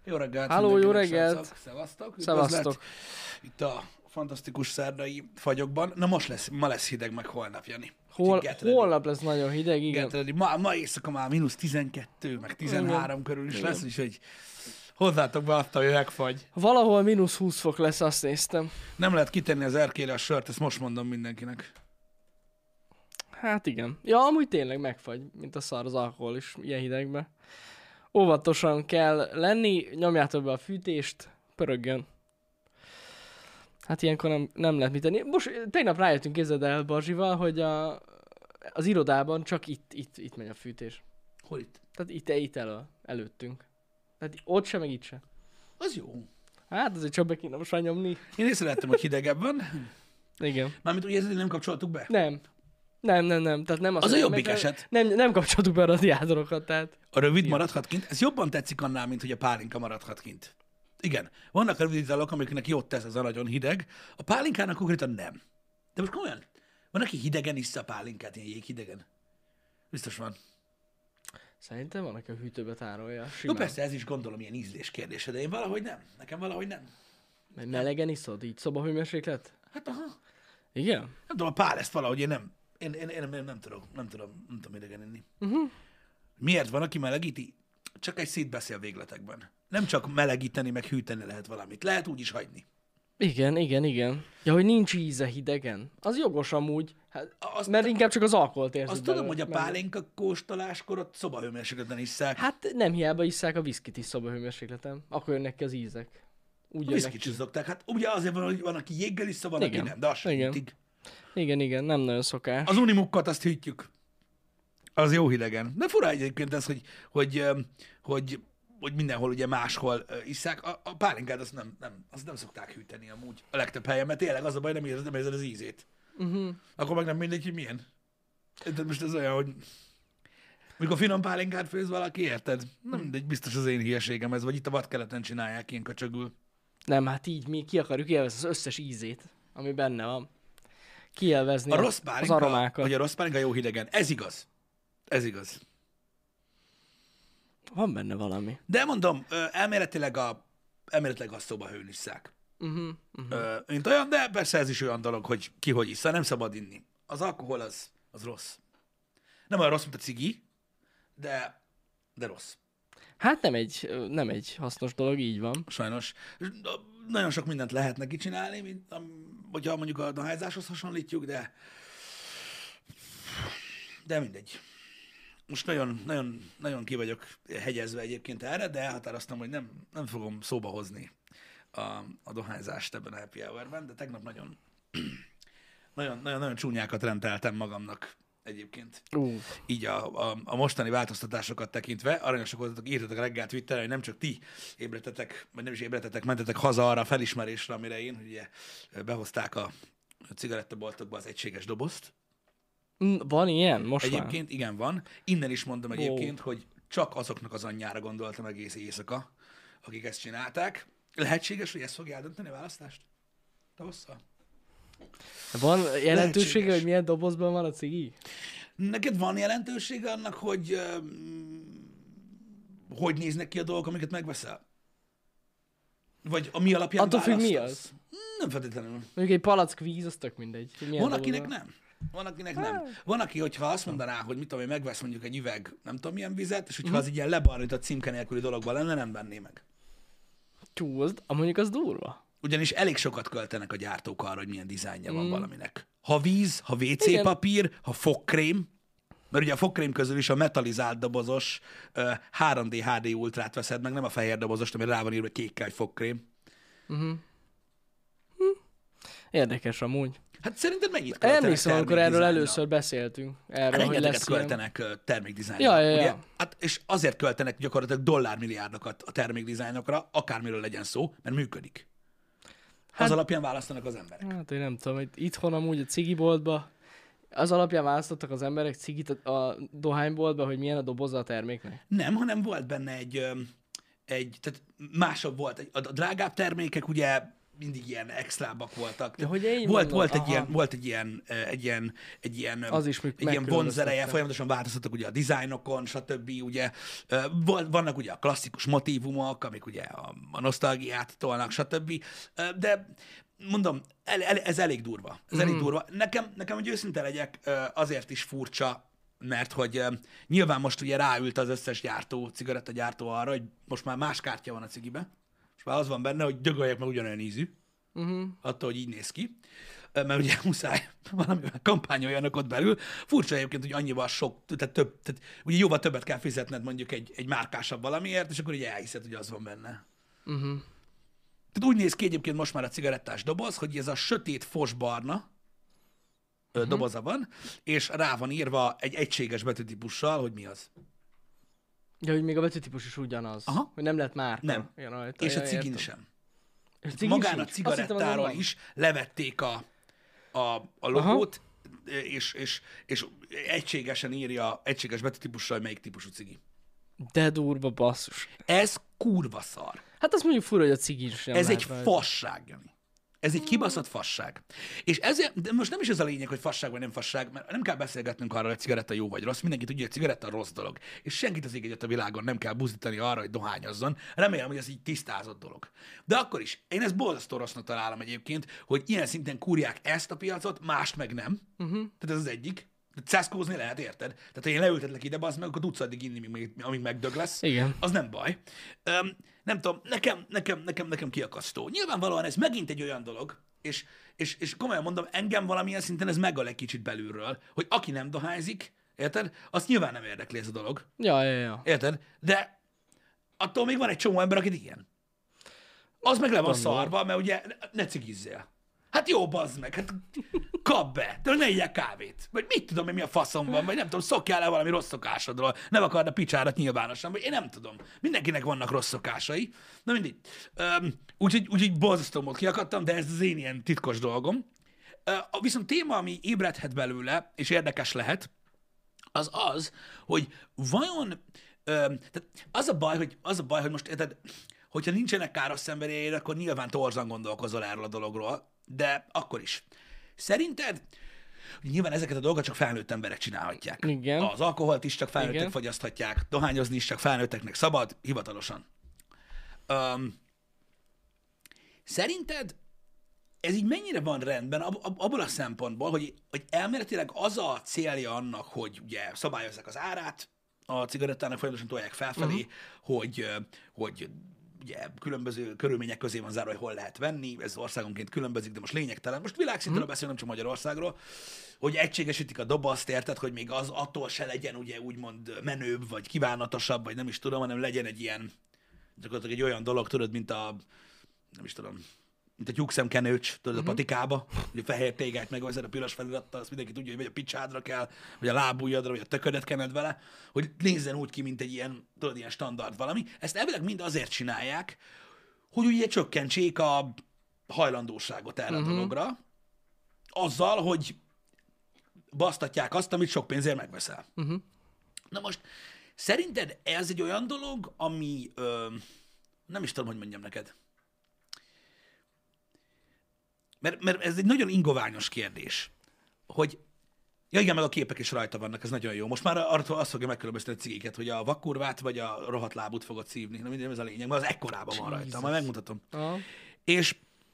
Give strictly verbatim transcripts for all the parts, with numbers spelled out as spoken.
Jó reggelt! Halló, jó mindenkinek, reggelt! srácok. Szevasztok! Szevasztok! Üdvözlet itt a fantasztikus szerdai fagyokban. Na most lesz, ma lesz hideg, meg holnap, Jani. Hol, Get ready. holnap lesz nagyon hideg, igen. Get ready. Ma, ma éjszaka már mínusz tizenkettő, meg tizenhárom körül is lesz, úgyhogy hozzátok be azt, hogy megfagy. Valahol mínusz húsz fok lesz, azt néztem. Nem lehet kitenni az erkére a sört, ezt most mondom mindenkinek. Hát igen. Ja, amúgy tényleg megfagy, mint a szar az alkohol is ilyen hidegben. Óvatosan kell lenni, nyomjátok be a fűtést, pörögjön. Hát ilyenkor nem, nem lehet mit tenni. Most tegnap rájöttünk, képzeld el Barzsival, hogy a, az irodában csak itt, itt, itt megy a fűtés. Hol itt? Tehát itt, itt elő, előttünk. Tehát ott sem, meg itt sem. Az jó. Hát azért csak be kéne most már nyomni. Én észrevettem, hogy hidegebb van. Igen. Mármint úgy érzed, hogy nem kapcsoltuk be? Nem. Nem, nem, nem. Tehát nem Az a jobbik meg, eset. Nem, nem kapcsoltuk be a radiátorokat, tehát. A rövid maradhat kint. Ez jobban tetszik annál, mint hogy a pálinka maradhat kint. Igen. Vannak rövid italok, amiknek jót tesz ez a nagyon hideg. A pálinkának konkrétan nem. De most komolyan, van, aki hidegen issza a pálinkát, ilyen jéghidegen? Biztos van. Szerintem van, aki a hűtőbe tárolja. Jó, Simán. persze, ez is gondolom ilyen ízlés kérdése, de én valahogy nem. Nekem valahogy nem. Mert melegen iszod? Így szobahőmérséklet? Hát aha. Igen? Nem tudom, a pál ezt valahogy én nem. Én, én, én, én nem tudom, nem tudom, nem tudom idegen inni. Uh-huh. Miért van, aki melegíti? Csak egy szétbeszél végletekben. Nem csak melegíteni, meg hűteni lehet valamit. Lehet úgy is hagyni. Igen, igen, igen. Ja, hogy nincs íze hidegen. Az jogos amúgy. Hát, Azt, mert inkább csak az alkoholt érzik azt tudom, belőle. hogy a Meg- pálinka kóstoláskor ott szobahőmérsékleten isszák. Hát nem hiába isszák a viszkit is szobahőmérsékleten. Akkor jönnek ki az ízek. Úgy A jönnek viszkit ki. is szokták. Hát ugye azért van, hogy van, aki jéggel issza, van, Igen. aki nem. De az sem Igen. hűtik. Igen, igen, nem nagyon szokás. Az unimukat azt hűtjük. Az jó hidegen. De fura egyébként ez, hogy, hogy, hogy, hogy, hogy mindenhol ugye máshol isszák. A, a pálinkát azt nem, nem, azt nem szokták hűteni amúgy a legtöbb helyen, mert tényleg az a baj, nem érzed, nem érzed az ízét. Uh-huh. Akkor meg nem mindegy, hogy milyen. De most ez olyan, hogy mikor finom pálinkát főz valaki, érted? Nem mindegy, biztos az én hülyeségem ez, vagy itt a vadkeleten csinálják ilyen kacsagul. Nem, hát így mi ki akarjuk élvezni az összes ízét, ami benne van. Kielvezni A rossz az pálinka, aromákat. hogy a rossz pálinka jó hidegen. Ez igaz. Ez igaz. Van benne valami. De mondom, ö, elméletileg a, elméletileg a szoba hőn isszák. Uh-huh, uh-huh. Ö, mint olyan, de persze ez is olyan dolog, hogy ki hogy issza, nem szabad inni. Az alkohol az, az rossz. Nem olyan rossz, mint a cigi, de, de rossz. Hát nem egy, nem egy hasznos dolog, így van. Sajnos. Nagyon sok mindent lehet neki csinálni, mint, am- hogyha mondjuk a dohányzáshoz hasonlítjuk, de de mindegy. Most nagyon, nagyon, nagyon ki vagyok hegyezve egyébként erre, de elhatároztam, hogy nem, nem fogom szóba hozni a, a dohányzást ebben a happy hour-ben, de tegnap nagyon, nagyon, nagyon, nagyon csúnyákat rendeltem magamnak egyébként. Uh. Így a, a, a mostani változtatásokat tekintve, aranyosak voltatok, írtatok reggel Twitteren, hogy nem csak ti ébredtetek, vagy nem is ébredtetek, mentetek haza arra a felismerésre, amire én, hogy ugye behozták a cigarettaboltokba az egységes dobozt. Mm, Van ilyen? Most Egyébként igen van. Innen is mondom Wow. egyébként, hogy csak azoknak az anyjára gondoltam egész éjszaka, akik ezt csinálták. Lehetséges, hogy ezt fogja eldönteni a választást? Tavasszal? már? Van jelentősége, Lehetséges. hogy milyen dobozban van a cigi? Neked van jelentősége annak, hogy öm, hogy néznek ki a dolgok, amiket megveszel? Vagy a mi alapján Attól függ, mi választasz? Nem feltétlenül. Mondjuk egy palack víz, az tök mindegy. hogy milyen Van, akinek dobozban. nem. Van, akinek nem. Van, aki, hogyha azt mondaná, hogy mit tudom én, megvesz mondjuk egy üveg, nem tudom milyen vizet, és hogyha az egy ilyen lebarnított címke nélküli dologban lenne, nem venné meg. Tú, az, mondjuk az durva. Ugyanis elég sokat költenek a gyártók arra, hogy milyen dizájnja van valaminek. Ha víz, ha vé cé Igen. papír, ha fogkrém, mert ugye a fogkrém közül is a metalizált dobozos ö, három dé há dé ultrát veszed meg, nem a fehér dobozost, amire rá van írva kékkel fogkrém. Érdekes amúgy. Hát szerinted mennyit költenek Emlékszem, amikor erről termékdizájnra? először beszéltünk. Erről, hogy Rengeteget lesz ilyen. költenek ilyen... termékdizájnra. Ja, ja, ja. Ugye? Hát, és azért költenek gyakorlatilag dollármilliárdokat a termékdizájnokra, akármiről legyen szó, mert működik. Hát, az alapján választanak az emberek. Hát én nem tudom, hogy itthon amúgy a cigiboltba, az alapján választottak az emberek cigit a, a dohányboltba, hogy milyen a doboza a terméknek. Nem, hanem volt benne egy, ö, egy tehát másabb volt. A a drágább termékek ugye mindig ilyen extrábbak voltak. De hogy én volt, mondom, volt, egy aha. ilyen, volt egy ilyen, egy ilyen, egy ilyen, Az is egy ilyen vonzereje, megkülönböztette. folyamatosan változtattak ugye a dizájnokon, stb. Ugye Vol- vannak ugye a klasszikus motívumok, amik ugye a, a nosztalgiát tolnak, stb. De mondom, el, el, ez elég durva. Ez mm. elég durva. Nekem, nekem, hogy őszinte legyek, azért is furcsa, mert hogy uh, nyilván most ugye ráült az összes gyártó, cigarettagyártó arra, hogy most már más kártya van a cigibe, és már az van benne, hogy dögöljek meg ugyanolyan ízű, uh-huh. attól, hogy így néz ki, uh, mert ugye muszáj valamivel kampányoljanak ott belül. Furcsa egyébként, hogy annyival sok, tehát több, tehát ugye jóval többet kell fizetned mondjuk egy, egy márkásabb valamiért, és akkor ugye elhiszed, hogy az van benne. Uh-huh. Tehát úgy néz ki egyébként most már a cigarettás doboz, hogy ez a sötét fosbarna, Uh-huh. doboza van, és rá van írva egy egységes betűtípussal, hogy mi az. Ja, hogy még a betűtípus is ugyanaz. Aha. Hogy nem lett márka. Nem. Ilyen rajta. És Ja, a cigin értem. sem. És cigin Magán sincs? a Azt hittem, cigarettáról azon van. is levették a, a, a logót, és, és, és egységesen írja, egységes betűtípussal, hogy melyik típusú cigi. De durva basszus. Ez kurva szar. Hát azt mondjuk fura, hogy a cigin sem Ez lehet egy rajta. fasság, Jani. Ez egy kibaszott fasság. És ezért, de most nem is ez a lényeg, hogy fasság vagy nem fasság, mert nem kell beszélgetnünk arra, hogy a cigaretta jó vagy rossz. Mindenki tudja, hogy a cigaretta rossz dolog. És senkit az ég egyet a világon nem kell buzdítani arra, hogy dohányozzon. Remélem, hogy ez így tisztázott dolog. De akkor is, én ezt borzasztó rossznak találom egyébként, hogy ilyen szinten kúrják ezt a piacot, mást meg nem. Uh-huh. Tehát ez az egyik. Szeszkózni lehet, érted? Tehát ha én leültetlek ide, az meg, akkor tudsz addig inni, amíg, amíg megdög lesz. Igen. Az nem baj. Um, nem tudom, nekem, nekem, nekem, nekem kiakasztó. Nyilvánvalóan ez megint egy olyan dolog, és, és, és komolyan mondom, engem valamilyen szinten ez megöl egy kicsit belülről, hogy aki nem dohányzik, érted? Azt nyilván nem érdekli ez a dolog. Ja, ja, ja. Érted? De attól még van egy csomó ember, akit ilyen. Az meg le van Gondolom. szarva, mert ugye ne cigizzél. Hát jó, bazd meg, hát kap be, de ne igyek kávét. Vagy mit tudom én, mi a faszom van, vagy nem tudom, szokjál le valami rossz szokásodról, nem akard a picsárat nyilvánosan, vagy én nem tudom. Mindenkinek vannak rossz szokásai. Na mindig. Um, úgyhogy, úgyhogy borzasztóan kiakadtam, de ez az én ilyen titkos dolgom. Uh, viszont téma, ami ébredhet belőle, és érdekes lehet, az az, hogy vajon, um, tehát az a baj, hogy, az a baj, hogy most érted, hogyha nincsenek káros szenvedélyeid, akkor nyilván torzan gondolkozol erről a dologról, de akkor is. Szerinted, nyilván ezeket a dolgokat csak felnőtt emberek csinálhatják. Igen. Az alkoholt is csak felnőttek Igen. fogyaszthatják, dohányozni is csak felnőtteknek szabad, hivatalosan. Um, szerinted ez így mennyire van rendben ab, ab, abból a szempontból, hogy, hogy elméletileg az a célja annak, hogy ugye szabályozzák az árát a cigarettának, folyamatosan tolják felfelé, uh-huh. hogy, hogy ugye különböző körülmények közé van zárva, hogy hol lehet venni, ez országonként különbözik, de most lényegtelen. Most világszintről hmm. beszélünk, nem csak Magyarországról, hogy egységesítik a dobozt, érted, hogy még az attól se legyen ugye úgymond menőbb, vagy kívánatosabb, vagy nem is tudom, hanem legyen egy ilyen, gyakorlatilag egy olyan dolog, tudod, mint a, nem is tudom, mint a tyúkszemkenőcs, tudod, uh-huh. a patikába, hogy a fehér tégát megveszed a piros felirattal, azt mindenki tudja, hogy vagy a picsádra kell, vagy a lábujjadra, vagy a töködet kened vele, hogy nézzen úgy ki, mint egy ilyen, tudod, ilyen standard valami. Ezt elvileg mind azért csinálják, hogy ugye csökkentsék a hajlandóságot erre uh-huh. a dologra, azzal, hogy basztatják azt, amit sok pénzért megveszel. Uh-huh. Na most, szerinted ez egy olyan dolog, ami, ö, nem is tudom, hogy mondjam neked, Mert, mert ez egy nagyon ingoványos kérdés, hogy ja igen, meg a képek is rajta vannak, ez nagyon jó. Most már arra azt fogja megkülönböztetni a cigiket, hogy a vakkurvát vagy a rohadt lábút fogod szívni. Na minden, ez a lényeg, mert az ekkorában van rajta, majd megmutatom. Uh-huh. És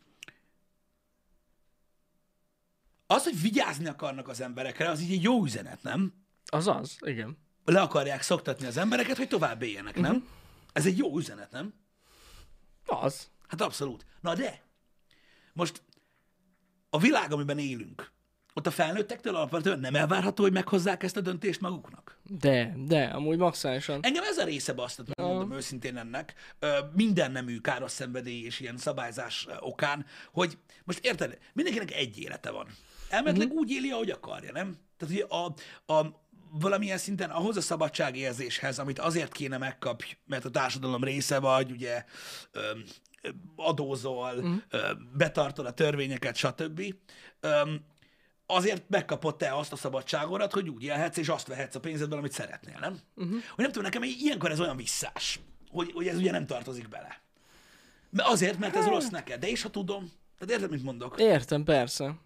az, hogy vigyázni akarnak az emberekre, az így egy jó üzenet, nem? Az az, igen. Le akarják szoktatni az embereket, hogy tovább éljenek, nem? Uh-huh. Ez egy jó üzenet, nem? Az. Hát abszolút. Na de, most a világ, amiben élünk, ott a felnőttektől alapvetően nem elvárható, hogy meghozzák ezt a döntést maguknak? De, de, amúgy maximálisan. Engem ez a része basztat, mert mondom őszintén ennek, minden nemű káros szenvedély és ilyen szabályzás okán, hogy most érted, mindenkinek egy élete van. Elméletileg uh-huh. úgy éli, ahogy akarja, nem? Tehát, hogy a, a, valamilyen szinten ahhoz a szabadságérzéshez, amit azért kéne megkapj, mert a társadalom része vagy, ugye, öm, adózol, uh-huh. betartod a törvényeket, stb. Azért megkapod te azt a szabadságodat, hogy úgy élhetsz, és azt vehetsz a pénzedből, amit szeretnél, nem? Uh-huh. Hogy nem tudom, nekem ilyenkor ez olyan visszás, hogy, hogy ez ugye nem tartozik bele. Mert azért, mert ez rossz neked. De és ha tudom, tehát érted, mit mondok? Értem, persze.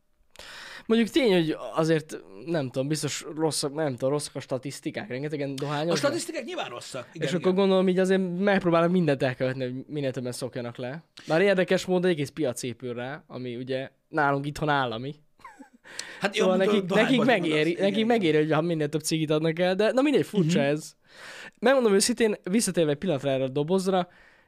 Mondjuk tény, hogy azért nem tudom, biztos rosszak, nem tudom, rosszak a statisztikák, rengetegen dohányoznak. A statisztikák nyilván rosszak. Igen, És igen. akkor gondolom, így azért megpróbálnak mindent elkövetni, hogy minél többen szokjanak le. Bár érdekes módon egész piac épül rá, ami ugye nálunk itthon állami. Hát Szóval jó, nekik, nekik, megéri, nekik megéri, hogy ha minél több cigit adnak el, de na mindegy, furcsa uh-huh. ez. Megmondom őszintén, visszatérve egy pillanatra erre a dobozra,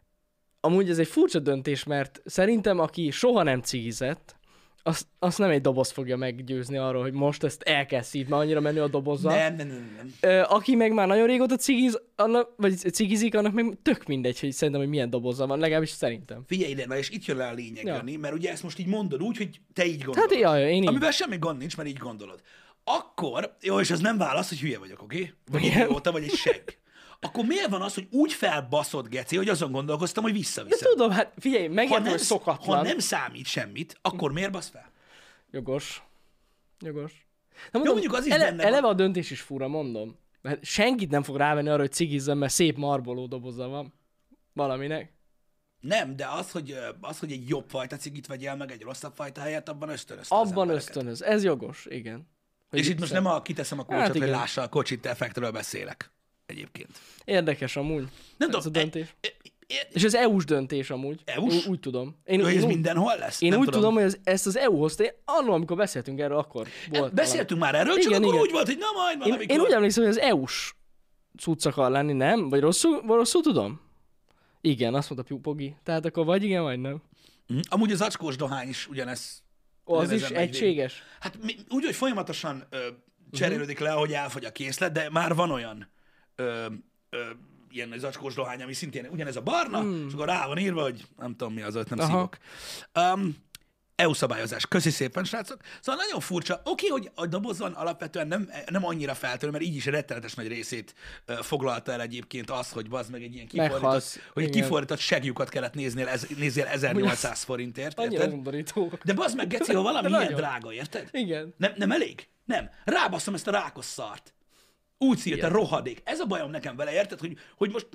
amúgy ez egy furcsa döntés, mert szerintem aki soha nem cigizett, azt, azt nem egy doboz fogja meggyőzni arról, hogy most ezt el kell szívni, mert annyira menő a dobozzal. Nem, nem, nem, nem. Ö, aki meg már nagyon régóta cigiz, annak, vagy cigizik, annak meg tök mindegy, hogy szerintem, hogy milyen dobozzal van, legalábbis szerintem. Figyelj ide, na és itt jön le a lényeg, Ja. Jani, mert ugye ezt most így mondod úgy, hogy te így gondolod. Hát jaj, én így. Amivel semmi gond nincs, mert így gondolod. Akkor, jó, és ez nem válasz, hogy hülye vagyok, oké? Okay? Vagy Igen. idióta, vagy egy segg. Akkor miért van az, hogy úgy felbaszod, geci, hogy azon gondolkoztam, hogy De visszaviszem? tudom, hát figyelj, Ha megértem, nem, hogy szokatlan. ha nem számít semmit, akkor miért basz fel? Jogos. Jogos. Na Jó, mondom, mondjuk az is ele, benne van. eleve a döntés is fura, mondom. Mert senkit nem fog rávenni arra, hogy cigizzen, mert szép marboló doboza van valaminek. Nem, de az, hogy, ö, az, hogy egy jobb fajta cigit vegyél meg egy rosszabb fajta helyett, abban ösztönözte az Abban embereket. ösztönöz. Ez jogos, igen. Hogy És itt most nem a kiteszem a kulcsot, Hát hogy igen. lássa a kocsit effektről beszélek. Egyébként. Érdekes amúgy. Nem ez tudom, a döntés. E, e, e, És ez é u-s döntés amúgy. é u-s? Ú- Úgy tudom. Én, hogy én, ez úgy, mindenhol lesz? én Nem úgy tudom, hogy ez, ezt az é u hozta. Én annól, amikor beszéltünk erről, akkor volt Beszéltünk már erről, csak Igen, akkor igen. úgy volt, hogy na majd valami. Én, valamikor. én úgy emlékszem, hogy az é u-s cucc akar lenni, nem? Vagy rosszul, vagy rosszul tudom? Igen, azt mondta Pogi. Tehát akkor vagy igen, vagy nem. Mhm. Amúgy az acskós dohány is ugyanez. Az ugyanezen is megy végig. egységes. Hát mi, úgy, hogy folyamatosan ö, cserélődik le, ahogy elfogy a készlet, de már van olyan ö, ö, ilyen zacskós dohány, ami szintén ugyanez a barna, mm. és akkor rá van írva, hogy nem tudom mi az, ott nem Aha. szívok. Um, é u szabályozás. Köszi szépen, srácok. Szóval nagyon furcsa. Oké, hogy a dobozon alapvetően nem, nem annyira feltörő, mert így is rettenetes nagy részét ö, foglalta el egyébként az, hogy bazd meg egy ilyen kifordított, Meghalsz. hogy egy Igen. kifordított segjukat kellett néznél, ez, nézzél ezernyolcszáz forintért. Annyira Érted? undorító. De bazd meg, geci, ha valami De ilyen nagyon. drága, érted? Igen. Nem, nem elég? Nem. Rábasszom ezt a rákos szart. Úgy szírt, a rohadék. Ez a bajom nekem vele, érted? Hogy, hogy most...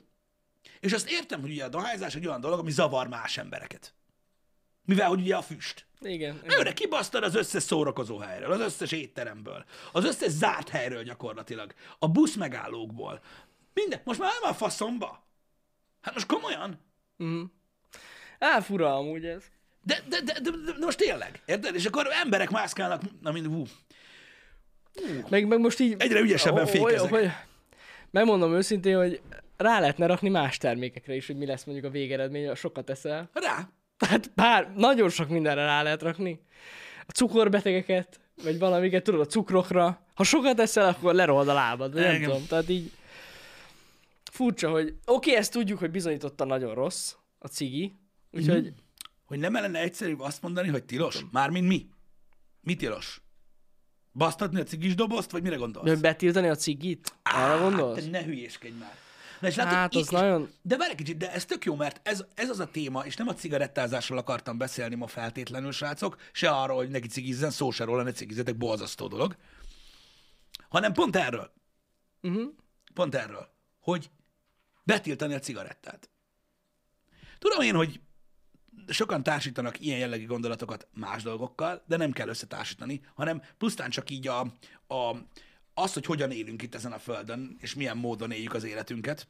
És azt értem, hogy ugye a dohányzás egy olyan dolog, ami zavar más embereket. Mivel, hogy ugye a füst. Igen. Őre kibasztad az összes szórakozó helyről, az összes étteremből, az összes zárt helyről gyakorlatilag, a busz megállókból. Minden. Most már nem a faszomba. Hát most komolyan. Mm. Á, fura amúgy ez. De, de, de, de, de most tényleg, érted? És akkor emberek mászkálnak, na mind, hú. Meg, meg most így... Egyre ügyesebben Ó, fékezek. hogy- Megmondom őszintén, hogy rá lehetne rakni más termékekre is, hogy mi lesz mondjuk a végeredmény, ha sokat eszel. Rá. Tehát bár nagyon sok mindenre rá lehet rakni. A cukorbetegeket, vagy valamiket, tudod, a cukrokra. Ha sokat eszel, akkor lerohad a lábad, vagy nem Igen. tudom. Tehát így furcsa, hogy oké, ezt tudjuk, hogy bizonyította nagyon rossz a cigi, úgyhogy Hogy nem lenne egyszerűbb azt mondani, hogy tilos? Mármint mi? Mi tilos? Basztatni a cigis dobozt, vagy mire gondolsz? hogy betiltani a cigit? Arra gondolsz? Te ne hülyéskedj már. Na és látod, Hát, az í- nagyon- De várj egy kicsit, de ez tök jó, mert ez, ez az a téma, és nem a cigarettázásról akartam beszélni ma feltétlenül, srácok, se arról, hogy neki cigizzen, szó se róla, ne cigizzetek, borzasztó dolog, hanem pont erről. Uh-huh. Pont erről, hogy betiltani a cigarettát. Tudom én, hogy sokan társítanak ilyen jellegű gondolatokat más dolgokkal, de nem kell összetársítani, hanem pusztán csak így a, a, az, hogy hogyan élünk itt ezen a földön, és milyen módon éljük az életünket.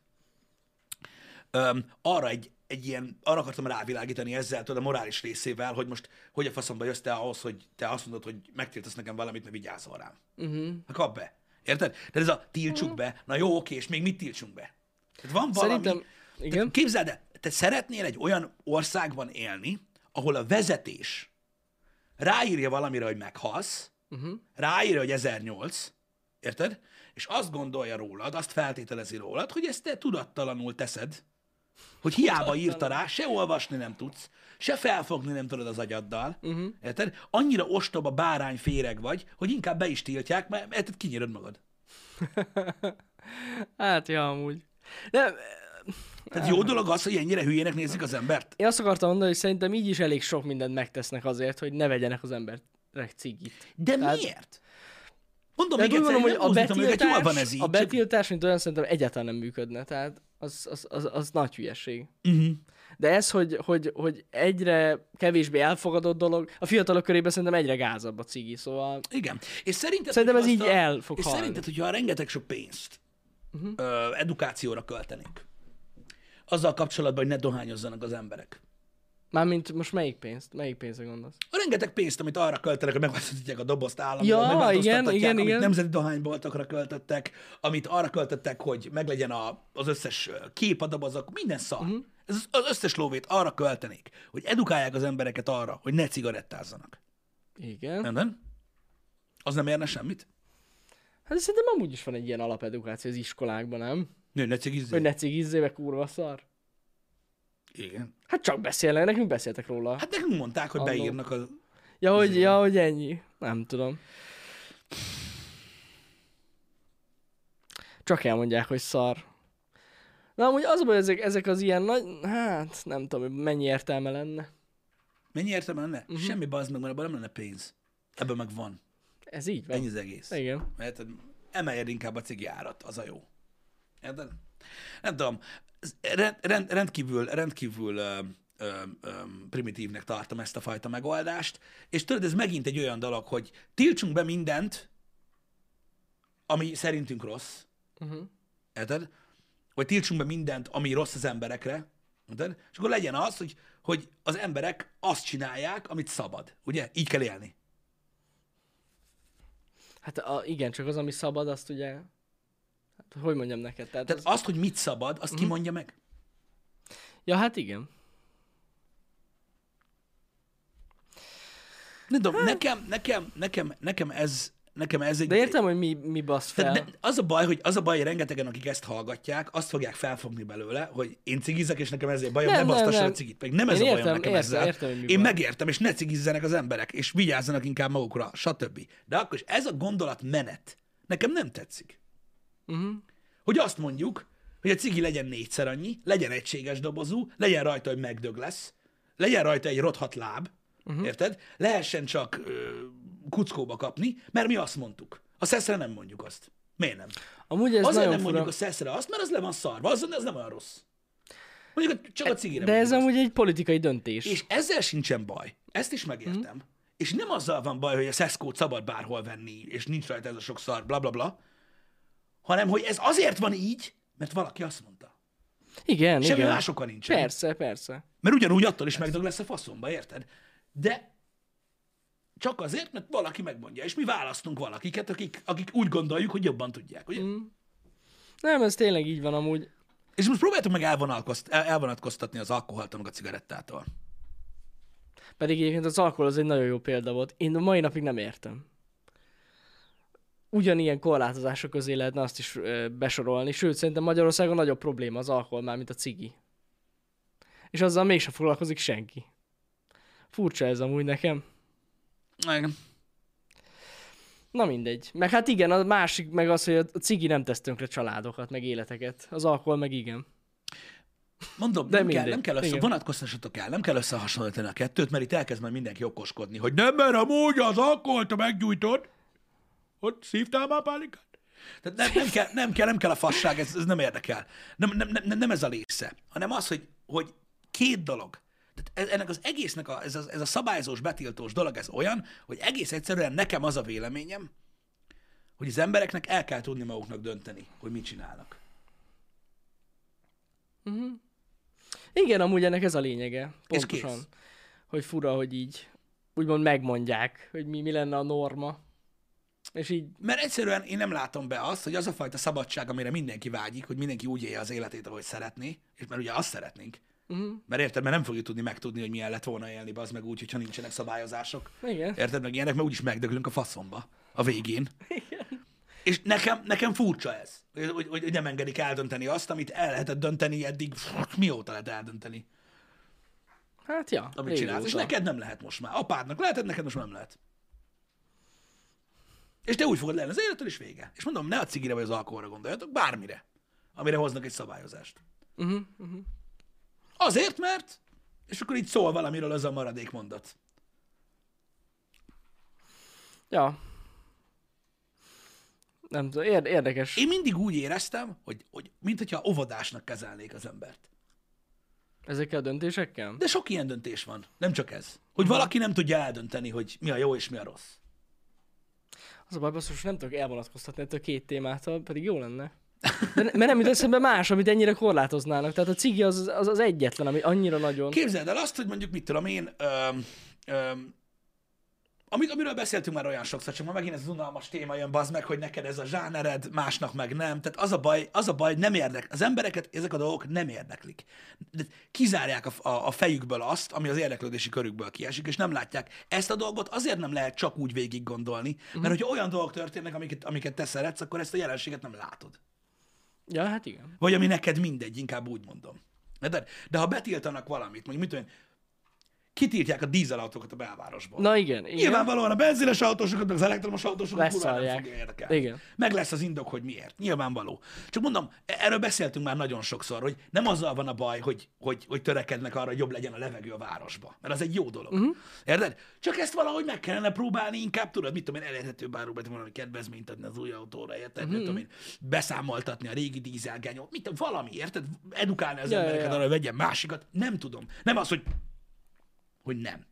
Öm, arra egy, egy ilyen, arra akartam rávilágítani ezzel, tudod, a morális részével, hogy most hogy a faszomba jössz te ahhoz, hogy te azt mondod, hogy megtiltasz nekem valamit, mert vigyázol rám. Uh-huh. Hát kap be. Érted? De ez a tiltsuk be, na jó, oké, és még mit tiltsunk be? Tehát van valami... Szerintem, igen. Tehát képzeld el, te szeretnél egy olyan országban élni, ahol a vezetés ráírja valamire, hogy meghalsz, uh-huh. ráírja, hogy ezernyolc, érted? És azt gondolja rólad, azt feltételezi rólad, hogy ezt te tudattalanul teszed, hogy hiába írta rá, se olvasni nem tudsz, se felfogni nem tudod az agyaddal, uh-huh. érted? Annyira ostoba bárány féreg vagy, hogy inkább be is tiltják, mert érted, kinyírod magad. Hát, ja, amúgy. De Tehát jó dolog az, hogy ennyire hülyének nézik az embert. én azt akartam mondani, hogy szerintem így is elég sok mindent megtesznek azért, hogy ne vegyenek az emberek cigit. De Tehát- miért? Mondom De még úgy egyszer, mondom, hogy hogy a őket, jól van betiltás, ez így. a betiltás, mint olyan szerintem egyáltalán nem működne, tehát az, az, az, az nagy hülyeség. Uh-huh. De ez, hogy, hogy, hogy egyre kevésbé elfogadott dolog, a fiatalok körében szerintem egyre gázabb a cigi, szóval Igen. És szerinted, szerintem ez hogy így azt a- el fog És halni. szerinted, hogyha rengeteg sok pénzt uh-huh. ö, edukációra költenénk, azzal kapcsolatban, hogy ne dohányozzanak az emberek. Mármint most melyik pénzt? Melyik pénzre gondolsz? A rengeteg pénzt, amit arra költenek, hogy megváltoztatják a dobozt államban, Ja, megváltoztatják, igen, igen, amit igen. nemzeti dohányboltokra költöttek, amit arra költöttek, hogy meglegyen a, az összes kép a dobozok, minden szar. Uh-huh. Ez az- az összes lóvét arra költenék, hogy edukálják az embereket arra, hogy ne cigarettázzanak. Igen. Nem, nem? Az nem érne semmit? Hát szerintem amúgy is van egy ilyen alapedukáció az iskolákban, nem? Nő, ne cigizzél. Hogy ne cigizzél, meg kurva szar. Igen. Hát csak beszélnek, nekünk beszéltek róla. Hát nekünk mondták, hogy Annó. beírnak a... Ja, hogy, ja, hogy ennyi. Nem tudom. Csak elmondják, hogy szar. Na amúgy az a baj, ezek, ezek az ilyen nagy... Hát nem tudom, hogy mennyi értelme lenne. Mennyi értelme lenne? Uh-huh. Semmi bazd meg, mert abban nem lenne pénz. Ebben meg van. Ez így van. Ennyi az egész. Igen. Érted? Emeljed inkább a cigi árat, az a jó. Érted? Nem tudom. Ez Rend, rend, rendkívül, rendkívül ö, ö, ö, primitívnek tartom ezt a fajta megoldást, és tudod, ez megint egy olyan dolog, hogy tiltsunk be mindent, ami szerintünk rossz. Uh-huh. Érted? Vagy tiltsunk be mindent, ami rossz az emberekre. Érted? És akkor legyen az, hogy, hogy az emberek azt csinálják, amit szabad. Ugye? Így kell élni. Hát a, igen, csak az, ami szabad, azt ugye... Hát, hogy mondjam neked? Tehát Tehát az... azt, hogy mit szabad, azt ki mondja meg. Ja, hát igen. Nem tudom, nekem, nekem, nekem, nekem ez, nekem ez egy... De értem, hogy mi, mi basz fel. Tehát de az a baj, hogy az a baj, hogy rengetegen, akik ezt hallgatják, azt fogják felfogni belőle, hogy én cigizek, és nekem ezért bajom, Nem, ne nem, basztasd a nem. cigit. Meg nem ez Én a bajom értem, nekem értem, ezzel. értem, hogy mi Én baj. megértem, és ne cigizzenek az emberek, és vigyázzanak inkább magukra, stb. De akkor is ez a gondolatmenet nekem nem tetszik. Uh-huh. Hogy azt mondjuk, hogy a cigi legyen négyszer annyi, legyen egységes dobozú, legyen rajta, hogy megdög lesz, legyen rajta egy rothat láb, uh-huh. érted? Lehessen csak ö, kuckóba kapni, mert mi azt mondtuk. A szeszre nem mondjuk azt. Miért nem? Amúgy ez Azért nagyon nem fura. mondjuk a szeszre azt, mert az le van szarva, azon ez nem olyan rossz. Mondjuk a- csak a cigire De ez mondjuk azt. amúgy egy politikai döntés. És ezzel sincsen baj. Ezt is megértem. Mm. És nem azzal van baj, hogy a szeszkót szabad bárhol venni, és nincs rajta ez a sok szar, bla bla bla, hanem hogy ez azért van így, mert valaki azt mondta. Igen, Semmi igen. más oka nincsen. Persze, persze. Mert ugyanúgy attól is megdög lesz a faszomba, érted? De csak azért, mert valaki megmondja, és mi választunk valakiket, akik, akik úgy gondoljuk, hogy jobban tudják, ugye? Mm. Nem, ez tényleg így van amúgy. És most próbáltuk meg elvonalkozt, el, elvonatkoztatni az alkoholt, meg a cigarettától. Pedig egyébként az alkohol az egy nagyon jó példa volt. Én a mai napig nem értem. Ugyanilyen korlátozások közé lehetne azt is ö, besorolni, sőt, szerintem Magyarországon nagyobb probléma az alkohol már, mint a cigi. És azzal mégsem foglalkozik senki. Furcsa ez amúgy nekem. Igen. Na mindegy. Meg hát igen, a másik meg az, hogy a cigi nem tesz tönkre családokat, meg életeket. Az alkohol meg igen. Mondom, De nem, kell, mindegy. nem kell össze, Igen. vonatkoztassatok el, nem kell összehasonlítani a kettőt, mert itt elkezd majd mindenki okoskodni, hogy nem, mert amúgy az alkoholt, te meggyújtod, hogy szívtál már pálinkát? Tehát nem, nem, kell, nem, kell, nem kell a fasság, ez, ez nem érdekel. Nem, nem, nem, nem ez a része, hanem az, hogy, hogy két dolog. Tehát ennek az egésznek a, ez, a, ez a szabályozós, betiltós dolog, ez olyan, hogy egész egyszerűen nekem az a véleményem, hogy az embereknek el kell tudni maguknak dönteni, hogy mit csinálnak. Igen, amúgy ennek ez a lényege. És Pontosan. kész. Hogy fura, hogy így úgymond megmondják, hogy mi, mi lenne a norma. És így, Mert egyszerűen én nem látom be azt, hogy az a fajta szabadság, amire mindenki vágyik, hogy mindenki úgy élje az életét, ahogy szeretné, és mert ugye azt szeretnénk. Uh-huh. Mert érted, mert nem fogjuk tudni megtudni, hogy milyen lett volna élni, az meg úgy, hogyha nincsenek szabályozások. igen. Érted, meg ilyenek, mert úgyis megdöglünk a faszomba a végén. Igen. És nekem, nekem furcsa ez, hogy, hogy, hogy nem engedik eldönteni azt, amit el lehetett dönteni eddig, mióta lehet eldönteni, Hát ja. amit csinálsz. És régóta. neked nem lehet most már. Apádnak lehetett, neked most már nem lehet. És te úgy fogod lenni az élettől, és vége. És mondom, ne a cigire vagy az alkoholra gondoljatok, bármire, amire hoznak egy szabályozást. Uh-huh, uh-huh. Azért, mert, és akkor így szól valamiről az a maradék mondat. Ja. Nem tudom, érde- érdekes. Én mindig úgy éreztem, hogy, hogy mint hogyha óvodásnak kezelnék az embert. Ezekkel a döntésekkel? De sok ilyen döntés van, nem csak ez. Hogy valaki nem tudja eldönteni, hogy mi a jó és mi a rossz. Az a baj, basszus, nem tudok elvonatkoztatni ettől a két témától, pedig jó lenne. De, ne- mert nem jut eszembe más, amit ennyire korlátoznának. Tehát a cigi az az, az egyetlen, ami annyira nagyon... Képzeld el azt, hogy mondjuk mit tudom én, öm, öm, amit, amiről beszéltünk már olyan sokszor, csak ma megint ez az unalmas téma jön, bazd meg, hogy neked ez a zsánered, másnak meg nem. Tehát az a baj, az a baj, nem érdek. Az embereket ezek a dolgok nem érdeklik. De kizárják a, a, a fejükből azt, ami az érdeklődési körükből kiesik, és nem látják. Ezt a dolgot azért nem lehet csak úgy végig gondolni, mert hogyha olyan dolgok történnek, amiket, amiket te szeretsz, akkor ezt a jelenséget nem látod. Ja, hát igen. Vagy ami neked mindegy, inkább úgy mondom. De, de ha betiltanak valamit, mondjuk mit tudom én, kitiltják a dízelautókat a belvárosból. Na igen, igen. Nyilvánvalóan a benzines autósokat, meg az elektromos autósokat kurva nem Leszarják. fogja érdekelni. Igen. Meg lesz az indok, hogy miért. Nyilvánvaló. Csak mondom, erről beszéltünk már nagyon sokszor, hogy nem azzal van a baj, hogy, hogy, hogy törekednek arra, hogy jobb legyen a levegő a városba. Mert az egy jó dolog. Uh-huh. Érted? Csak ezt valahogy meg kellene próbálni, inkább tudod, mit tudom én, elérhetőbb áruban valami kedvezményt adni az új autóra, érted? Uh-huh. Tudom én, beszámoltatni a régi dízelgányot, mit tudom, valami, érted? Edukálni az Ja, embereket ja, ja. arra, hogy vegyen másikat. Nem tudom. Nem az, hogy hogy nem.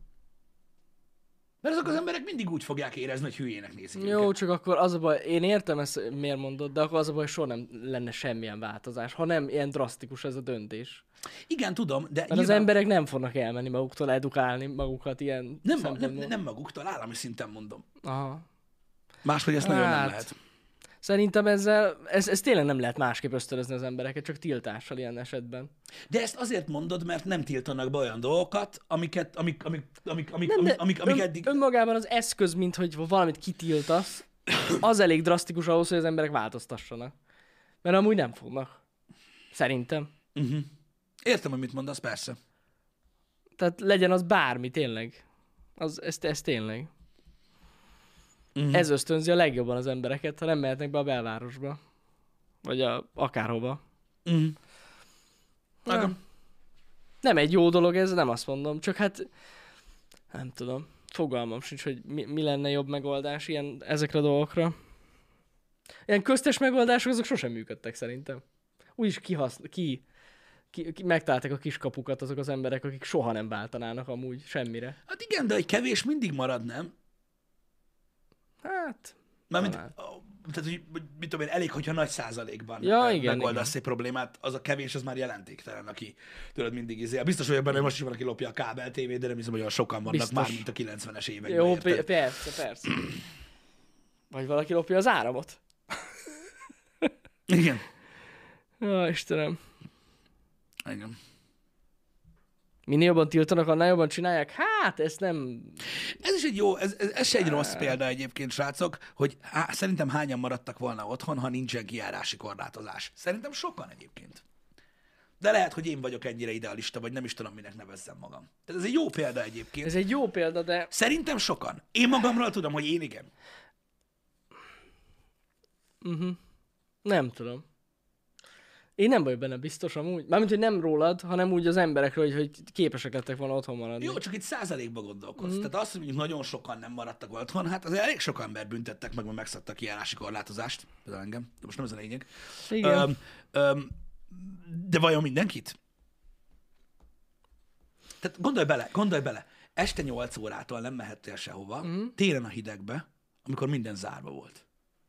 Mert azok az emberek mindig úgy fogják érezni, hogy hülyének nézik Jó, őket. csak akkor az a baj, én értem ezt, miért mondod, de akkor az a baj, hogy soha nem lenne semmilyen változás, ha nem ilyen drasztikus ez a döntés. Igen, tudom, de Mert nyilván az emberek nem fognak elmenni maguktól, edukálni magukat ilyen nem, nem, szempontból. nem maguktól, állami szinten mondom. Aha. Máshogy ezt nagyon nem Hát, lehet. Szerintem ezzel, ez, ez tényleg nem lehet másképp ösztönözni az embereket, csak tiltással ilyen esetben. De ezt azért mondod, mert nem tiltanak be olyan dolgokat, amiket, amik, amik, amik, amik, Nem, de amik, amik, amik ön, eddig... önmagában az eszköz, mint hogy valamit kitiltasz, az elég drasztikus ahhoz, hogy az emberek változtassanak. Mert amúgy nem fognak. Szerintem. Uh-huh. Értem, hogy mit mondasz, persze. Tehát legyen az bármi, tényleg. Az, ez, ez tényleg. Uh-huh. Ez ösztönzi a legjobban az embereket, ha nem mehetnek be a belvárosba. Vagy a, akárhova. Uh-huh. Nem. nem egy jó dolog ez, nem azt mondom. Csak hát nem tudom. Fogalmam sincs, hogy mi, mi lenne jobb megoldás ilyen, ezekre a dolgokra. Ilyen köztes megoldások, azok sosem működtek szerintem. Úgyis kihasz, ki, ki, ki, megtalálták a kiskapukat azok az emberek, akik soha nem váltanának amúgy semmire. Hát igen, de egy kevés mindig marad, nem? Hát, Mármint, talán. tehát, hogy hogy mit tudom én, elég, hogyha nagy százalékban Ja, eh, igen, megoldasz egy problémát, az a kevés, az már jelentéktelen, aki tudod mindig izé. Biztos vagyok benne, hogy most is valaki lopja a kábel tévét, de nem hiszem, hogy olyan sokan vannak Biztos. már, mint a kilencvenes években. Jó, érted? pe- persze, persze. Vagy valaki lopja az áramot. Igen. Ja, Istenem. Igen. Minél jobban tiltanak, annál jobban csinálják? Hát, ezt nem... Ez is egy jó, ez, ez, ez se egy rossz példa egyébként, srácok, hogy há, szerintem hányan maradtak volna otthon, ha nincsen kijárási korlátozás. Szerintem sokan egyébként. De lehet, hogy én vagyok ennyire idealista, vagy nem is tudom, minek nevezzem magam. Tehát ez egy jó példa egyébként. Ez egy jó példa, de... Szerintem sokan. Én magamról tudom, hogy én igen. Uh-huh. Nem tudom. Én nem vagyok benne biztos amúgy. Mármint, hogy nem rólad, hanem úgy az emberekről, hogy, hogy képesek lettek volna otthon maradni. Jó, csak itt százalékba gondolkodsz. Mm. Tehát azt, hogy mondjuk nagyon sokan nem maradtak otthon, hát azért elég sok ember büntettek meg, mert megszabta a kijárási korlátozást. Például engem. De most nem ez a lényeg. Igen. Öm, öm, de vajon mindenkit? Tehát gondolj bele, gondolj bele. Este nyolc órától nem mehettél sehova, mm. télen a hidegbe, amikor minden zárva volt.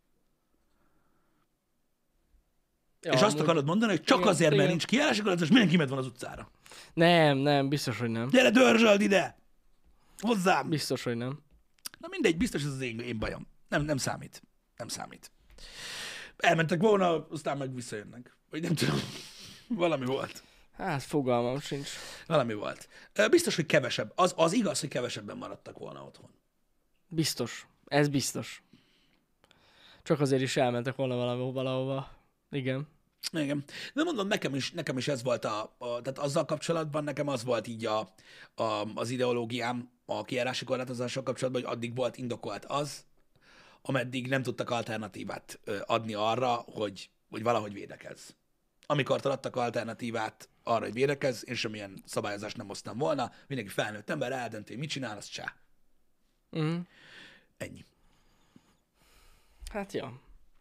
Ja, és azt amúgy... akarod mondani, hogy csak igen, azért, mert igen. nincs kijárási korlátozás, mindenki med van az utcára. Nem, nem, biztos, hogy nem. Gyere, dörzsöld ide! Hozzám! Biztos, hogy nem. Na mindegy, biztos ez az én, én bajom. Nem, nem számít. Nem számít. Elmentek volna, aztán meg visszajönnek. Vagy nem tudom. Valami volt. Hát fogalmam sincs. Valami volt. Ö, Biztos, hogy kevesebb. Az, az igaz, hogy kevesebben maradtak volna otthon. Biztos. Ez biztos. Csak azért is elmentek volna valahova. valahova. Igen. Igen. De mondom, nekem is, nekem is ez volt a, a, tehát azzal kapcsolatban nekem az volt így a, a, az ideológiám a kijárási korlátozással kapcsolatban, hogy addig volt indokolt az, ameddig nem tudtak alternatívát ö, adni arra, hogy, hogy valahogy védekezz. Amikor adtak alternatívát arra, hogy védekezz, én semmilyen szabályozást nem hoztam volna, mindenki felnőtt ember eldönti, mit csinál, az csá. Uh-huh. Ennyi. Hát ja.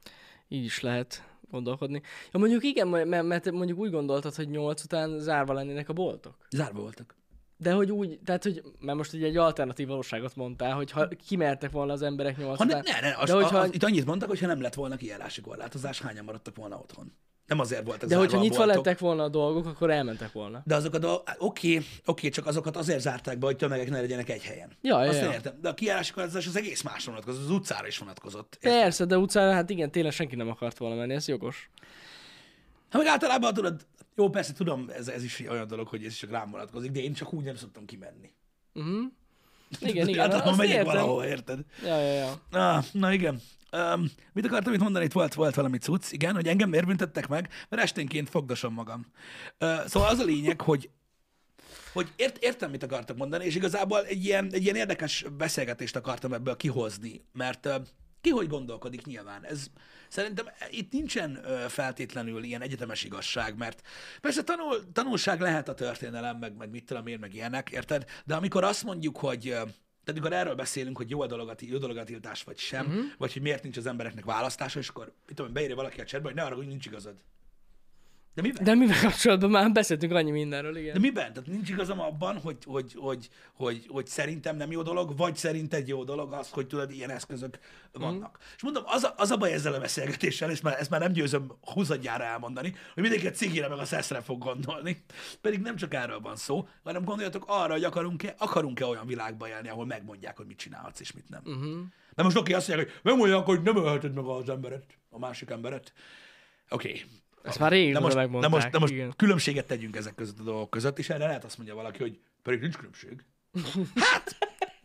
így is lehet gondolkodni. Ja, mondjuk igen, mert, mert mondjuk úgy gondoltad, hogy nyolc után zárva lennének a boltok. Zárva voltak. De hogy úgy, tehát hogy, mert most ugye egy alternatív valóságot mondtál, hogy ha kimertek volna az emberek nyolc Ha ne, után. ne, ne, az, de hogyha, az, itt annyit mondtak, hogy ha nem lett volna kijárási korlátozás, hányan maradtak volna otthon. Nem azért voltak de zárva hogyha a nyitva boltok. lettek volna a dolgok, akkor elmentek volna. De azokat a... Oké, oké, csak azokat azért zárták be, hogy tömegek ne legyenek egy helyen. Ja, ja, Azt én ja. értem. De a kijárási korlátozás az egész másra vonatkozott, az utcára is vonatkozott. Persze, de utcára hát igen, tényleg senki nem akart volna menni, ez jogos. Hát meg általában tudod, jó, persze tudom, ez, ez is olyan dolog, hogy ez is csak rám vonatkozik, de én csak úgy nem szoktam kimenni. Uh-huh. Igen, igen, Általában azt megyek értem. valahol, érted? Ja, ja, ja. Ah, na igen. Um, mit akartam itt mondani? Itt volt, volt valami cucc, igen, hogy engem miért büntettek meg, mert esténként fogdosom magam. Uh, szóval az a lényeg, hogy hogy ért, értem, mit akartak mondani, és igazából egy ilyen, egy ilyen érdekes beszélgetést akartam ebből kihozni, mert uh, ki hogy gondolkodik nyilván. Ez, szerintem itt nincsen uh, feltétlenül ilyen egyetemes igazság, mert persze tanul, tanulság lehet a történelem, meg, meg mit tudom én, meg ilyenek, érted? De amikor azt mondjuk, hogy uh, tehát amikor erről beszélünk, hogy jó a dolog a, jó dolog a tiltás, vagy sem, uh-huh. vagy hogy miért nincs az embereknek választása, és akkor mit tudom, beírja valaki a chatbe, hogy ne arra, hogy nincs igazad. De miben? De mivel kapcsolatban már beszéltünk annyi mindenről, igen. De miben? Tehát nincs igazam abban, hogy, hogy, hogy, hogy, hogy szerintem nem jó dolog, vagy szerinted jó dolog az, hogy tudod, ilyen eszközök vannak. Mm. És mondom, az a, az a baj ezzel a beszélgetéssel, és már, ezt már nem győzöm húszadjára elmondani, hogy mindenki a cigire meg a szeszre fog gondolni. Pedig nem csak erről van szó, hanem gondoljatok arra, hogy akarunk-e, akarunk-e olyan világba élni, ahol megmondják, hogy mit csinálhatsz és mit nem. Uh-huh. De most oké, azt mondják, hogy megmondják, hogy nem ölheted meg az emberet, a másik emberet. Oké. Okay. Ezt már régóta de most, megmondták, de most, de most igen. különbséget tegyünk ezek között a dolgok között, és erre lehet azt mondja valaki, hogy pedig nincs különbség. Hát!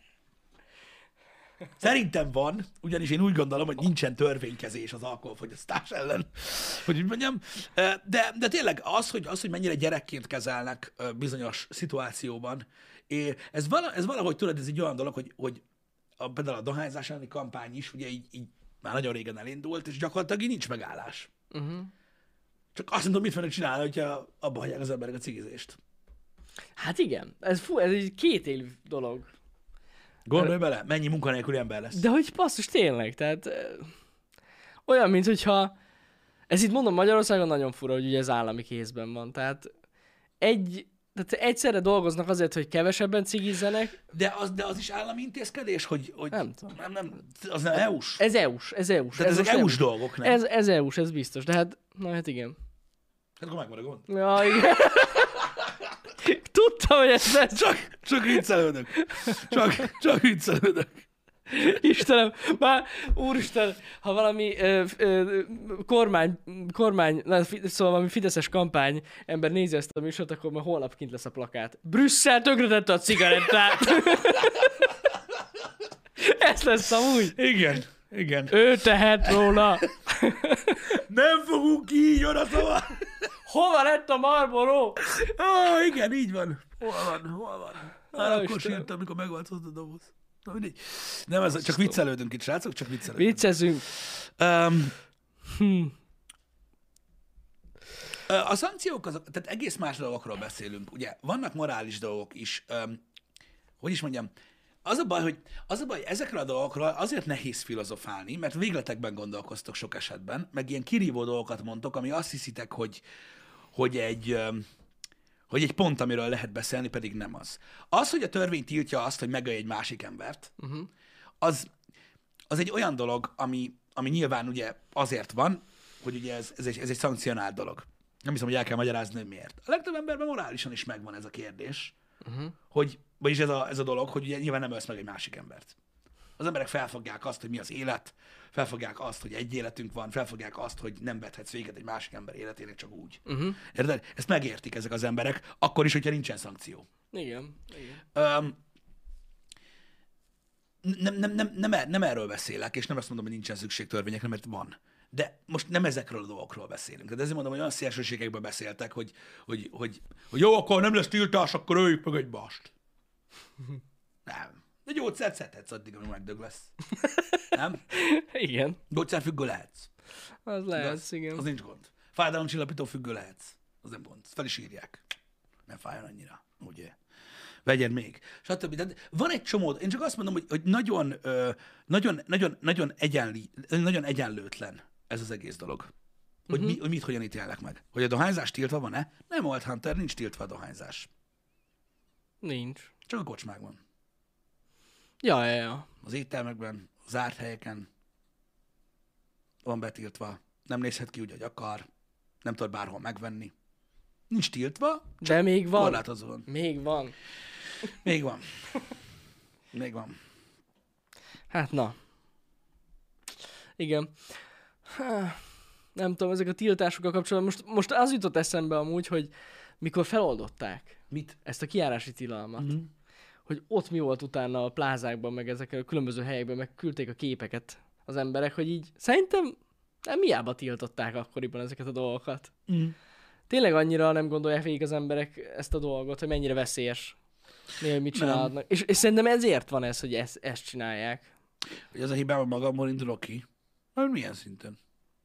Szerintem van, ugyanis én úgy gondolom, hogy nincsen törvénykezés az alkoholfogyasztás ellen, hogy úgy mondjam. De, de tényleg az hogy, az, hogy mennyire gyerekként kezelnek bizonyos szituációban, ez, vala, ez valahogy tudod, ez egy olyan dolog, hogy, hogy a, például a dohányzás elleni kampány is ugye így, így már nagyon régen elindult, és gyakorlatilag így nincs megállás. Uh-huh. Csak azt mondom, mit fognak csinálni, hogyha abba hagyják az emberek a cigizést. Hát igen, ez, fú, ez egy kétélű dolog. Gondolj bele, mennyi munkanélküli ember lesz. De hogy basszus, tényleg, tehát ö, olyan, mint hogyha, ez itt mondom, Magyarországon nagyon fura, hogy ugye ez állami kézben van, tehát egy, tehát egyszerre dolgoznak azért, hogy kevesebben cigizzenek. De az, de az is állami intézkedés, hogy, hogy Nem tudom. Nem, nem, az nem é u-s. Ez é u-s, ez é u-s. Tehát ez ezek most é u-s nem- dolgok, nem? Ez, ez é u-s, ez biztos, de hát, na hát igen. Hát akkor megvan a gond. Ja, igen. Tudtam, hogy ez lesz. Csak, csak viccelődök. Csak, csak viccelődök. Istenem, már úristen, ha valami ö, ö, kormány, kormány, na, fi- szóval valami fideszes kampány ember nézi ezt a műsort, akkor már holnap kint lesz a plakát. Brüsszel tönkretette a cigarettát. Ez lesz amúgy. Igen, igen. Ő tehet róla. Nem fogunk ki így oda szóval. Hova lett a Marlboro? Ó, igen, így van. Hol van, hol van? Már Ó, akkor Istenem. sírtam, amikor megváltozott a doboz. Na mindegy. Nem, ez, csak viccelődünk itt, srácok, csak viccelődünk. Viccezünk. Um, Hm. a szankciók, azok, tehát egész más dolgokról beszélünk. Ugye vannak morális dolgok is. Um, hogy is mondjam, az a baj, hogy az a baj, ezekről a dolgokról azért nehéz filozofálni, mert végletekben gondolkoztok sok esetben, meg ilyen kirívó dolgokat mondtok, ami azt hiszitek, hogy, hogy egy... Um, hogy egy pont, amiről lehet beszélni, pedig nem az. Az, hogy a törvény tiltja azt, hogy megölj egy másik embert, uh-huh. az, az egy olyan dolog, ami, ami nyilván ugye azért van, hogy ugye ez, ez, egy, ez egy szankcionált dolog. Nem hiszem, hogy el kell magyarázni, hogy miért. A legtöbb emberben morálisan is megvan ez a kérdés, uh-huh. hogy, vagyis ez a, ez a dolog, hogy ugye nyilván nem ölsz meg egy másik embert. Az emberek felfogják azt, hogy mi az élet, felfogják azt, hogy egy életünk van, felfogják azt, hogy nem vethetsz véget egy másik ember életének csak úgy. Uh-huh. Érted? Ezt megértik ezek az emberek, akkor is, hogyha nincsen szankció. Igen, igen. Um, nem, nem, nem, nem, er- nem erről beszélek, és nem azt mondom, hogy nincsen szükség törvényekre, mert van. De most nem ezekről a dolgokról beszélünk. Tehát ezért mondom, hogy olyan szélsőségekből beszéltek, hogy, hogy, hogy, hogy jó, akkor nem lesz tiltás, akkor öljük meg egymást. Nem. De gyógyszert szedhetsz addig, amíg megdög lesz. Nem? Igen, Gyógyszerfüggő lehetsz. az lehet, igen. Az nincs gond. Fájdalomcsillapító függő lehetsz. Az nem gond. Fel is írják. Nem fájjon annyira. Ugye? Vegyed még. Stb. Tehát van egy csomó, én csak azt mondom, hogy, hogy nagyon, ö, nagyon, nagyon, nagyon, egyenli, nagyon egyenlőtlen ez az egész dolog. Hogy, uh-huh. mi, hogy mit hogyan ítélnek meg. Hogy a dohányzás tiltva van-e? Nem, Old Hunter, nincs tiltva a dohányzás. Nincs. Csak a kocsmákban. Ja, ja, ja. Az éttermekben, zárt helyeken van betiltva. Nem nézhet ki úgy, hogy akar. Nem tud bárhol megvenni. Nincs tiltva, de még van. Korlátozó van. Még van. Még van. Még van. Hát na. Igen. Há, nem tudom, ezek a tiltásokkal kapcsolatban. Most, most az jutott eszembe amúgy, hogy mikor feloldották Mit? ezt a kijárási tilalmat, Uh-huh. hogy ott mi volt utána a plázákban, meg ezeken a különböző helyekben, meg küldték a képeket az emberek, hogy így szerintem nem hiába tiltották akkoriban ezeket a dolgokat. Uh-huh. Tényleg annyira nem gondolják végig az emberek ezt a dolgot, hogy mennyire veszélyes. Néha, hogy mit csinálnak. És, és szerintem ezért van ez, hogy ezt, ezt csinálják. Hogy ez a hibám magamból indulok ki? Hát milyen szinten?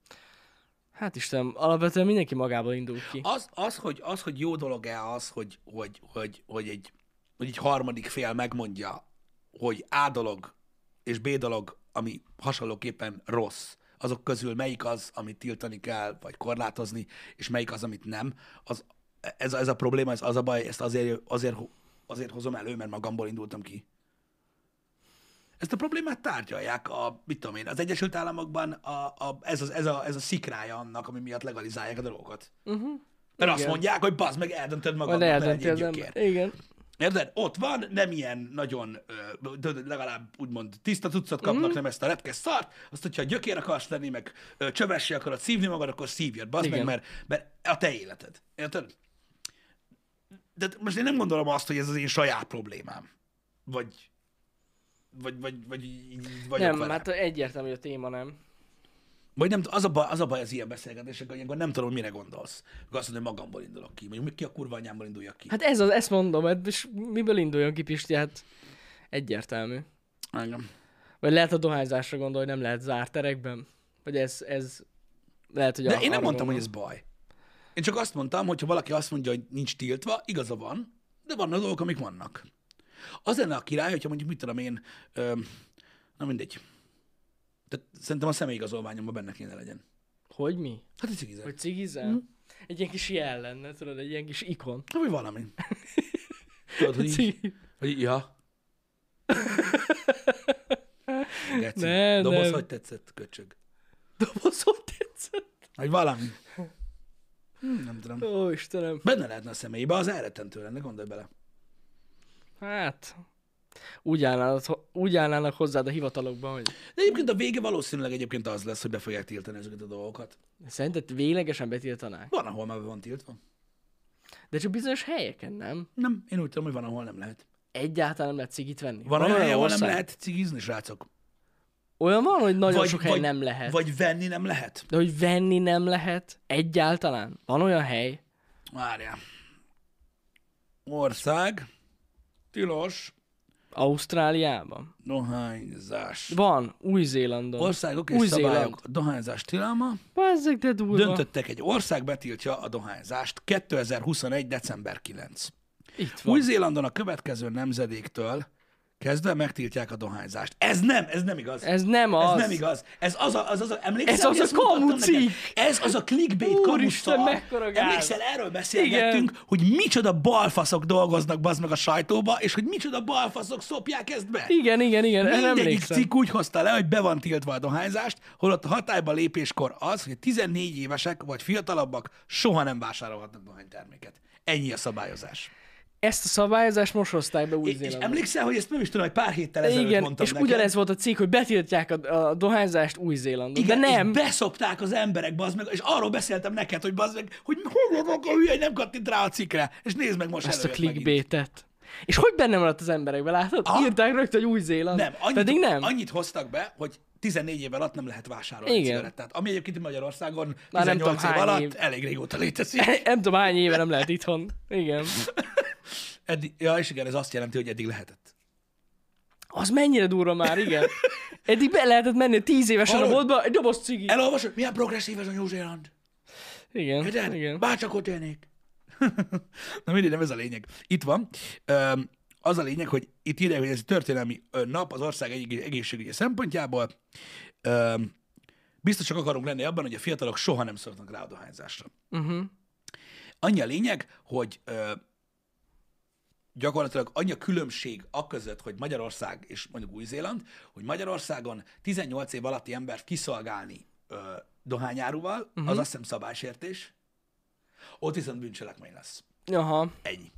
Hát Istenem, alapvetően mindenki magából indul ki. Az, az, hogy, az, hogy jó dolog-e az, hogy, hogy, hogy, hogy, egy, hogy egy harmadik fél megmondja, hogy A dolog és B dolog, ami hasonlóképpen rossz, azok közül melyik az, amit tiltani kell, vagy korlátozni, és melyik az, amit nem, az, ez, ez a probléma, ez az a baj, ezt azért, azért, azért hozom elő, mert magamból indultam ki. Ezt a problémát tárgyalják a, mit tudom én, az Egyesült Államokban a, a, ez, az, ez, a, ez a szikrája annak, ami miatt legalizálják a drogokat. Uh-huh. Mert igen. Azt mondják, hogy bazd meg, eldöntöd magad, ne legyél gyökér. Igen. Érted? Ott van, nem ilyen nagyon, ö, legalább úgymond tiszta cuccot kapnak, uh-huh. nem ezt a repkes szart, azt, hogyha gyökér akarsz lenni, meg ö, csövessé akarod szívni magad, akkor szívjad, bazd meg, mert, mert a te életed. Érted? De most én nem gondolom azt, hogy ez az én saját problémám. Vagy Vagy, vagy, vagy így vagyok Nem, vele. hát egyértelmű, hogy a téma nem. Vagy nem, az a baj, az a baj az ilyen beszélgetések, hogy ilyenkor nem tudom, hogy mire gondolsz. Akkor azt mondom, hogy magamból indulok ki. Mondjuk, ki a kurva anyámból induljak ki. Hát ez az, ezt mondom, hát, és miből induljon ki, Pisti? Hát egyértelmű. Engem. Vagy lehet a dohányzásra gondolni, hogy nem lehet zárt terekben? Vagy ez, ez lehet, hogy De a, én nem mondtam, gondol. hogy ez baj. Én csak azt mondtam, hogy ha valaki azt mondja, hogy nincs tiltva, igaza van, de vannak dolgok, amik vannak. Az lenne a király, hogyha mondjuk, mit tudom én, ö, na mindegy. Tehát szerintem a személyigazolványomban benne kéne legyen. Hogy mi? Hát egy cigizel. Hogy cigizel? Mm. Egy ilyen kis jel lenne, tudod, egy ilyen kis ikon. Hát, vagy valami. Tudod, hogy így, hogy ja. Geci. Ne, Doboz, nem. hogy tetszett, köcsög. Doboz, hogy tetszett? Vagy valami. Hm, nem tudom. Ó, Istenem. Benne lehetne a személybe, az elrettentő lenne, gondolj bele. Hát, úgy állnának, úgy állnának hozzád a hivatalokban, hogy... De egyébként a vége valószínűleg egyébként az lesz, hogy be fogják tiltani ezeket a dolgokat. Szerinted véglegesen betiltanák? Van, ahol már be van tiltva. De csak bizonyos helyeken, nem? Nem, én úgy tudom, hogy van, ahol nem lehet. Egyáltalán nem lehet cigit venni? Van, van olyan hely, ahol ország? nem lehet cigizni, srácok. Olyan van, hogy nagyon Vagy- sok hely vagy- nem lehet. Vagy venni nem lehet. De hogy venni nem lehet? Egyáltalán? Van olyan hely? Várjál. Ország. Tilos. Ausztráliában? Dohányzás. Van, Új-Zélandon. Országok és Új-Zéland. szabályok. A dohányzás tilalma. Bazzeg, de durva. Döntöttek, egy ország betiltja a dohányzást kétezer-huszonegy. december kilencedike. Itt van. Új-Zélandon a következő nemzedéktől kezdve megtiltják a dohányzást. Ez nem, ez nem igaz. Ez nem az. Ez nem igaz. Ez az a, az, az a emlékszel, Ez az hogy a ezt mutattam kamucik. neked? Ez az a clickbait Úristen, kamuszal. mekkora gáz. Emlékszel, erről beszélgettünk, igen. hogy micsoda balfaszok dolgoznak bazd meg a sajtóba, és hogy micsoda balfaszok szopják ezt be. Igen, igen, igen, erre Mindegyik emlékszem. cikk úgy hozta le, hogy be van tiltva a dohányzást, holott a hatályba lépéskor az, hogy tizennégy évesek vagy fiatalabbak soha nem vásárolhatnak dohányterméket. Ennyi a szabályozás. Ezt a szabályozást most hozták be És, és Új-Zélandon. emlékszel, hogy ezt nem is tudom, hogy pár héttel ezelőtt Igen, mondtam és neked. ugyanez volt a cikk, hogy betiltják a, a dohányzást Új-Zélandon. Igen, de nem. és beszopták az emberek, bazd meg, és arról beszéltem neked, hogy bazd meg, hogy hol van a hülye, hogy nem kattint rá a cikkre. És nézd meg most Ezt a előjött megint. clickbaitet. És hogy benne maradt az emberekbe, látod? Aha. Írták rögtön, hogy Új-Zéland. Nem, annyit, Pedig nem. annyit hoztak be, hogy tizennégy év alatt nem lehet vásárolni Igen. cigarettát. Ami egyébként Magyarországon Már nem tizennyolc tudom, év hány alatt év. elég régóta létezik. Nem tudom, hány éve nem lehet itthon. Igen. Eddig, ja, és igen, ez azt jelenti, hogy eddig lehetett. Az mennyire durva már, igen. Eddig be lehetett menni tíz évesen a Hallod? boltba, egy doboz cigi. Elolvasod? Milyen progresszív ez a New Zealand? Igen, Érted? igen. Bárcsak ott élnék. Na mindegy, nem ez a lényeg. Itt van. Öm, az a lényeg, hogy itt írják, hogy ez egy történelmi ö, nap az ország egy- egészségügyi szempontjából. Öm, biztosak akarunk lenni abban, hogy a fiatalok soha nem szólnak rá a dohányzásra. Uh-huh. Annyi a lényeg, hogy ö, gyakorlatilag annyi a különbség aközött, hogy Magyarország és mondjuk Új-Zéland, hogy Magyarországon tizennyolc év alatti embert kiszolgálni ö, dohányáruval, uh-huh. az azt hiszem szabálysértés, ott viszont bűncselekmény lesz. Aha. Ennyi.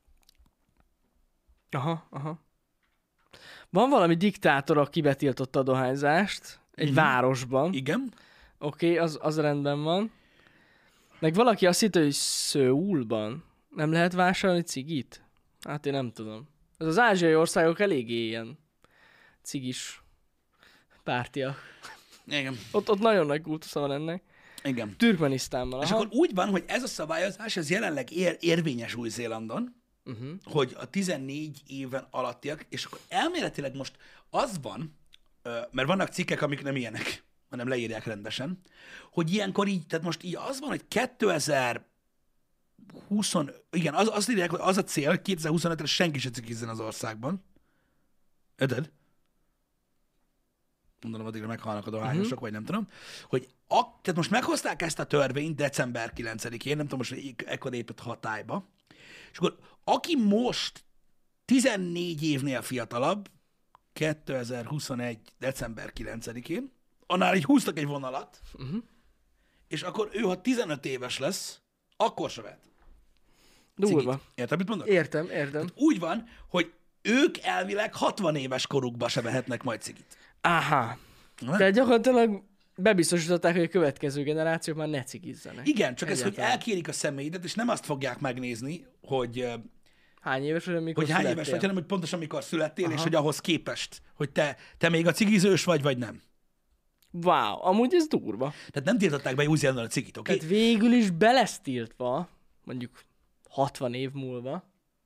Aha, aha. Van valami diktátor, aki betiltotta a dohányzást egy uh-huh. városban. Igen. Oké, okay, az, az rendben van. Meg valaki azt hitte, hogy Szöulban nem lehet vásárolni cigit? Hát én nem tudom. Ez az ázsiai országok eléggé ilyen cigis pártiak. Igen. Ott, ott nagyon nagy kultusza van ennek. Igen. Türkmenisztánban. És aha. akkor úgy van, hogy ez a szabályozás, ez jelenleg ér, érvényes Új-Zélandon, uh-huh. hogy a tizennégy éven alattiak, és akkor elméletileg most az van, mert vannak cikkek, amik nem ilyenek, hanem leírják rendesen, hogy ilyenkor így, tehát most így az van, hogy kétezer-húsz, igen, az, azt írják, hogy az a cél, hogy kétezer-huszonötre senki se cikizzen az országban. Ötöd? Gondolom, addigra meghalnak a dohányosok, uh-huh. vagy nem tudom, hogy a, tehát most meghozták ezt a törvényt december kilencedikén, nem tudom most, hogy ekkor épült hatályba, és akkor aki most tizennégy évnél fiatalabb, kétezer-huszonegy december kilencedikén, annál így húztak egy vonalat, uh-huh. és akkor ő, ha tizenöt éves lesz, akkor se vehet. Durva. Érted, mit mondok? Értem, értem. Tehát úgy van, hogy ők elvileg hatvan éves korukba se vehetnek majd cigit. Aha. Tehát gyakorlatilag bebiztosították, hogy a következő generációk már ne cigizzenek. Igen, csak ez, hogy elkérik a személyedet, és nem azt fogják megnézni, hogy hány éves vagy, amikor hogy hány születtél. éves vagy, hanem hogy pontosan mikor születtél, aha. és hogy ahhoz képest, hogy te, te még a cigizős vagy, vagy nem. Wow, amúgy ez durva. Tehát nem tiltották be Új-Zélandon a cigit, oké? Okay? Tehát végül is be lesz tiltva, mondjuk hatvan év múlva,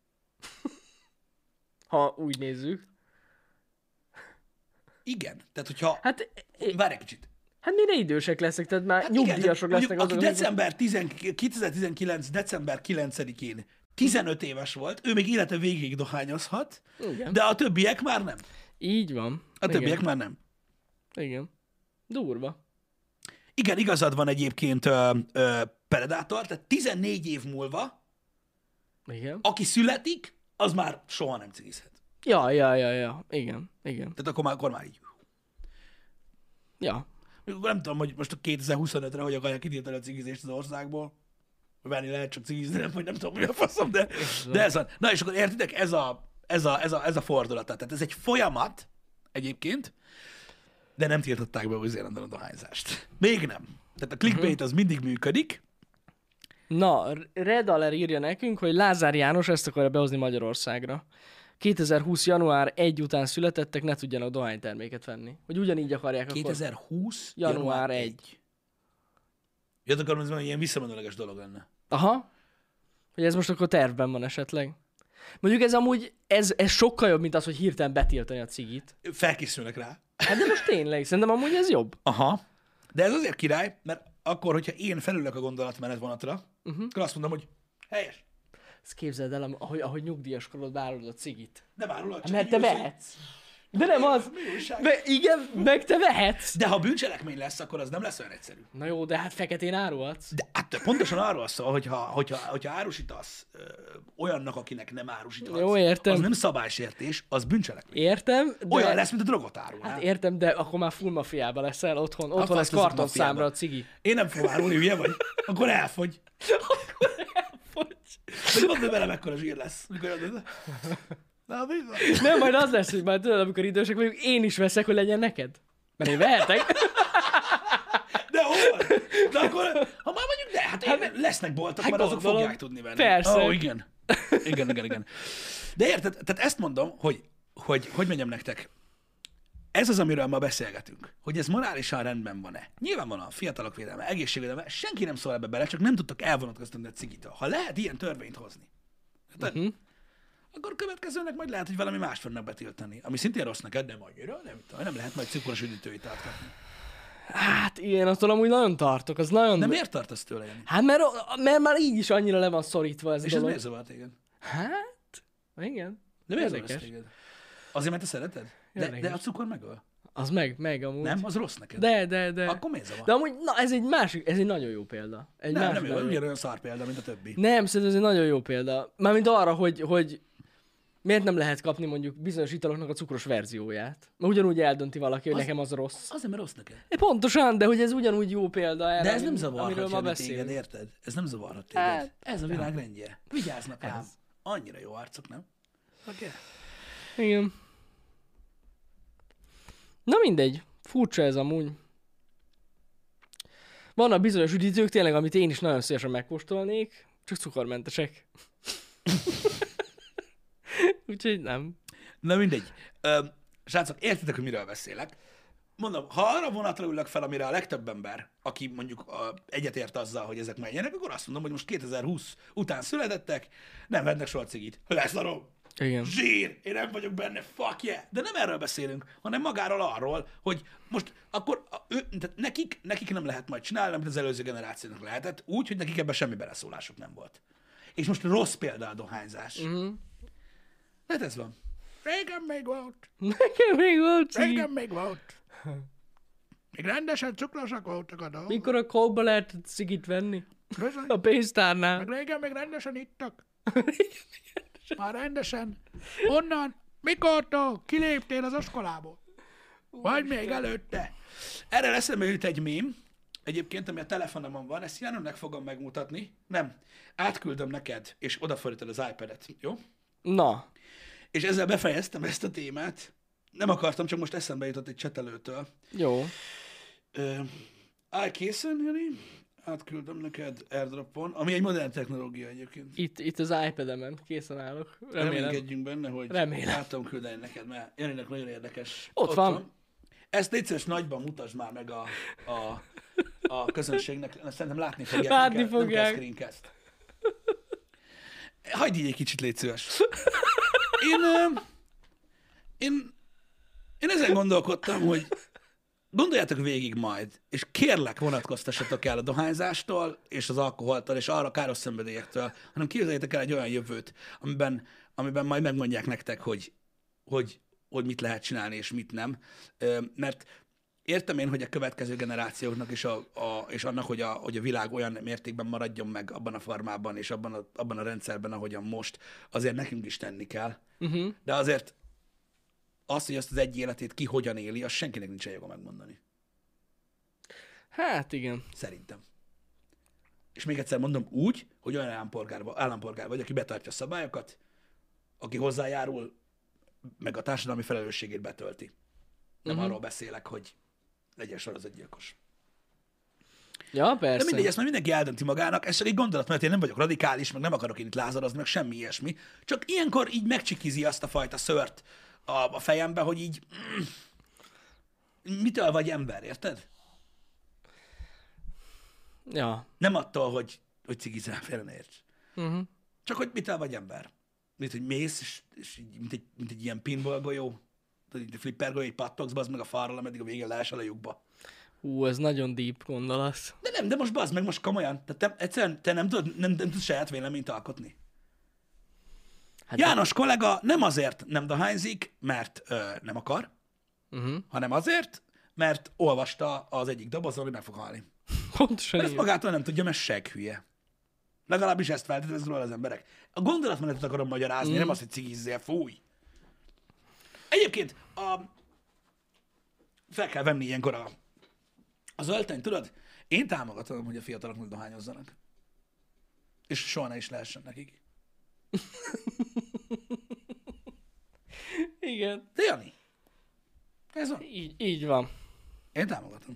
ha úgy nézzük. Igen, tehát hogyha... Hát, várj egy kicsit. Hát mire idősek lesznek, tehát már hát nyugdíjasok igen, lesznek azok. Aki december tizenkilenc, kétezer-tizenkilenc. december kilencedikén tizenöt éves volt, ő még élete végig dohányozhat, igen. de a többiek már nem. Így van. A igen. többiek már nem. Igen. Durva. Igen, igazad van egyébként ö, ö, Predator, tehát tizennégy év múlva, igen. aki születik, az már soha nem cigizhet. Ja, ja, ja, ja. Igen, igen. Tehát akkor már, akkor már így. Ja. Nem tudom, hogy most a kétezer-huszonötre hogy akarják kitiltani a cigizést az országból. Venni lehet csak cigizni, nem, vagy nem tudom, mi a faszom, de, de ez van. Na és akkor értitek, ez a, ez a, ez a, ez a fordulata. Tehát ez egy folyamat egyébként, de nem tiltották be Új-Zélandon a dohányzást. Még nem. Tehát a clickbait az mindig működik. Na, Red Aller írja nekünk, hogy Lázár János ezt akarja behozni Magyarországra. kétezer-húsz január elseje után születettek ne tudjanak dohányterméket venni. Hogy ugyanígy akarják akkor. kétezer-húsz január elseje. Jött akarom, ez valami ilyen visszamenőleges dolog lenne. Aha. Hogy ez most akkor tervben van esetleg. Mondjuk ez amúgy, ez, ez sokkal jobb, mint az, hogy hirtelen betiltani a cigit. Felkészülnek rá. Hát de most tényleg, szerintem amúgy ez jobb. Aha. De ez azért király, mert akkor, hogyha én felülök a gondolatmenetvonatra, uh-huh. akkor azt mondom, hogy helyes. Ezt képzeld el, ahogy, ahogy nyugdíjaskorod várod a cigit. Nem árulod, csak mert te vehetsz. De nem az. De igen, meg te vehetsz. De ha bűncselekmény lesz, akkor az nem lesz olyan egyszerű. Na jó, de hát feketén árulhatsz. De hát pontosan arról szól, hogyha, hogyha, hogyha árusítasz ö, olyannak, akinek nem árusíthatsz, jó, értem. Az nem szabálysértés, az bűncselekmény. Értem. De... Olyan lesz, mint a drogot árulnál. Hát értem, de akkor már full mafiába leszel otthon. Otthon lesz kartonszámra a cigi. Én nem fogom árulni, ugye vagy? Akkor elfogy. Akkor elfogy. Vagy mondd vele, mekkora zsír lesz. Na, nem, majd az lesz, hogy már tudod, amikor idősek vagyunk, én is veszek, hogy legyen neked. Mert én vehetek. De hol? De akkor, ha már mondjuk, de hát, hát lesznek boltok, hát mert azok gondolom, fogják tudni venni. Persze. Ó, oh, igen. Igen, igen, igen. De érted, tehát ezt mondom, hogy, hogy, hogy mondjam nektek, ez az, amiről ma beszélgetünk, hogy ez morálisan rendben van-e. Nyilvánvalóan a fiatalok védelme, egészségvédelme, senki nem szól ebbe bele, csak nem tudtak elvonatkoztatni a cigitől. Ha lehet ilyen törvényt hozni, uh-huh. akkor következőnek majd lehet, hogy valami más fognak betiltani. Ami szintén rossz neked, nem annyira, nem, nem lehet majd cukoros üdítőit tartani. Hát én attól amúgy nagyon tartok, az nagyon... De miért tartasz tőle, Jani? Hát mert, mert már így is annyira le van szorítva ez és a dolog. És ez miért zavar téged? Hát, igen. De miért zavar téged? Azért, mert te szereted? De, de a cukor megöl. Az meg, meg amúgy. Nem? Az rossz neked? De, de, de. Akkor miért zavar? De amúgy, na ez egy másik, ez egy nagyon jó példa. Egy Nem, másik nem jó, nagyon ugyanolyan szar példa, mint a többi. Nem, szerintem ez egy nagyon jó példa. Mármint arra, hogy, hogy miért nem lehet kapni mondjuk bizonyos italoknak a cukros verzióját. Mert ugyanúgy eldönti valaki, hogy Az- nekem az rossz. Az nem rossz neked. É, pontosan, de hogy ez ugyanúgy jó példa erre, De ez nem amiről zavarhat ma Jani téged, beszélünk. érted? Ez nem zavarhat téged. Hát, ez a világ rendje. Vigyáznak rám. Ez. Annyira jó arcok, nem? Oké. Igen. Na mindegy. Furcsa ez amúgy. Vannak bizonyos üdítők tényleg, amit én is nagyon szívesen megkóstolnék, csak cukormentesek. Úgyhogy nem. Na mindegy. Ö, srácok, értitek, hogy miről beszélek? Mondom, ha arra vonatra ülök fel, amire a legtöbb ember, aki mondjuk a, egyetért azzal, hogy ezek menjenek, akkor azt mondom, hogy most kétezer-húsz után születettek, nem vennek soha cigit. Leszarom. Igen. Zsír, én nem vagyok benne, fuck yeah. De nem erről beszélünk, hanem magáról arról, hogy most akkor a, ő, tehát nekik, nekik nem lehet majd csinálni, amit az előző generációnak lehetett, úgy, hogy nekik ebben semmi beleszólásuk nem volt. És most rossz példa a dohányzás. Uh-huh. Hát ez van. Régen még volt. Nekem még volt cigi. Régen még volt. Még rendesen cukrosak voltak a dolgok. Mikor a kóba lehetett cigit venni? Bizony. A pénztárnál. Meg régen még rendesen ittak. Már rendesen. Honnan? Mikortól kiléptél az iskolából? Vagy még előtte. Erre eszembe jut egy mém, egyébként, ami a telefonomon van, ezt Jánonnak fogom megmutatni. Nem, átküldöm neked, és odafordítod az iPad-et, jó? Na. És ezzel befejeztem ezt a témát. Nem akartam, csak most eszembe jutott egy csetelőtől. Jó. Ö, állj készen, Jani? Átküldöm neked airdropon, ami egy modern technológia egyébként. Itt, itt az iPad-emen készen állok. Remélem. Reménykedjünk benne, hogy Remélem. át tudom küldeni neked, mert Janinak nagyon érdekes. Ott van. Ezt légy szíves, nagyban mutasd már meg a, a, a közönségnek. Szerintem látni fogják. Látni nem kell, fogják. Nem kell screencast. Hagyd így egy kicsit, légy szíves. Én, ö, én, én ezen gondolkodtam, hogy gondoljátok végig majd, és kérlek vonatkoztassatok el a dohányzástól, és az alkoholtól, és arra káros szenvedélyektől, hanem képzeljétek el egy olyan jövőt, amiben, amiben majd megmondják nektek, hogy, hogy, hogy mit lehet csinálni, és mit nem. Ö, Mert értem én, hogy a következő generációknak és, a, a, és annak, hogy a, hogy a világ olyan mértékben maradjon meg abban a formában, és abban a, abban a rendszerben, ahogyan most, azért nekünk is tenni kell. Uh-huh. De azért azt, hogy azt az egy életét ki hogyan éli, azt senkinek nincsen joga megmondani. Hát igen. Szerintem. És még egyszer mondom úgy, hogy olyan állampolgár, állampolgár vagy, aki betartja a szabályokat, aki hozzájárul, meg a társadalmi felelősségét betölti. Nem Uh-huh. arról beszélek, hogy legyen sorozatgyilkos. Ja, De persze. mindegy, ezt már mindenki eldönti magának, ez csak egy gondolat, mert én nem vagyok radikális, meg nem akarok én itt lázarozni, meg semmi ilyesmi. Csak ilyenkor így megcsikizi azt a fajta szört a, a fejembe, hogy így mm, mitől vagy ember, érted? Ja. Nem attól, hogy, hogy cigizel, félre ne érts. Uh-huh. Csak hogy mitől vagy ember. Mint, hogy mész, és, és így, mint, egy, mint egy ilyen pinball golyó, tudod, így flipper golyó, így pattogsz, bazd meg a falral, ameddig a végén leesel a lyukba. Hú, ez nagyon deep gondolat. De nem, de most bazd meg, most komolyan. Tehát te, egyszerűen te nem tudod, nem, nem tudsz saját véleményt alkotni. Hát János kollega nem azért nem dohányzik, mert ö, nem akar, Uh-huh. hanem azért, mert olvasta az egyik dobozon, hogy meg fog halni. Pontosan Mert ezt így. magától nem tudja, mert seghülye. Legalábbis ezt feltételezik róla az emberek. A gondolatmenetet akarom magyarázni, mm. nem azt, hogy cigizzél, fúj. Egyébként a... fel kell venni ilyenkor a... az öltönyt, tudod? Én támogatom, hogy a fiatalok most dohányozzanak. És soha ne is lehessen nekik. Igen. De Jani, ez van. Így, így van. Én támogatom.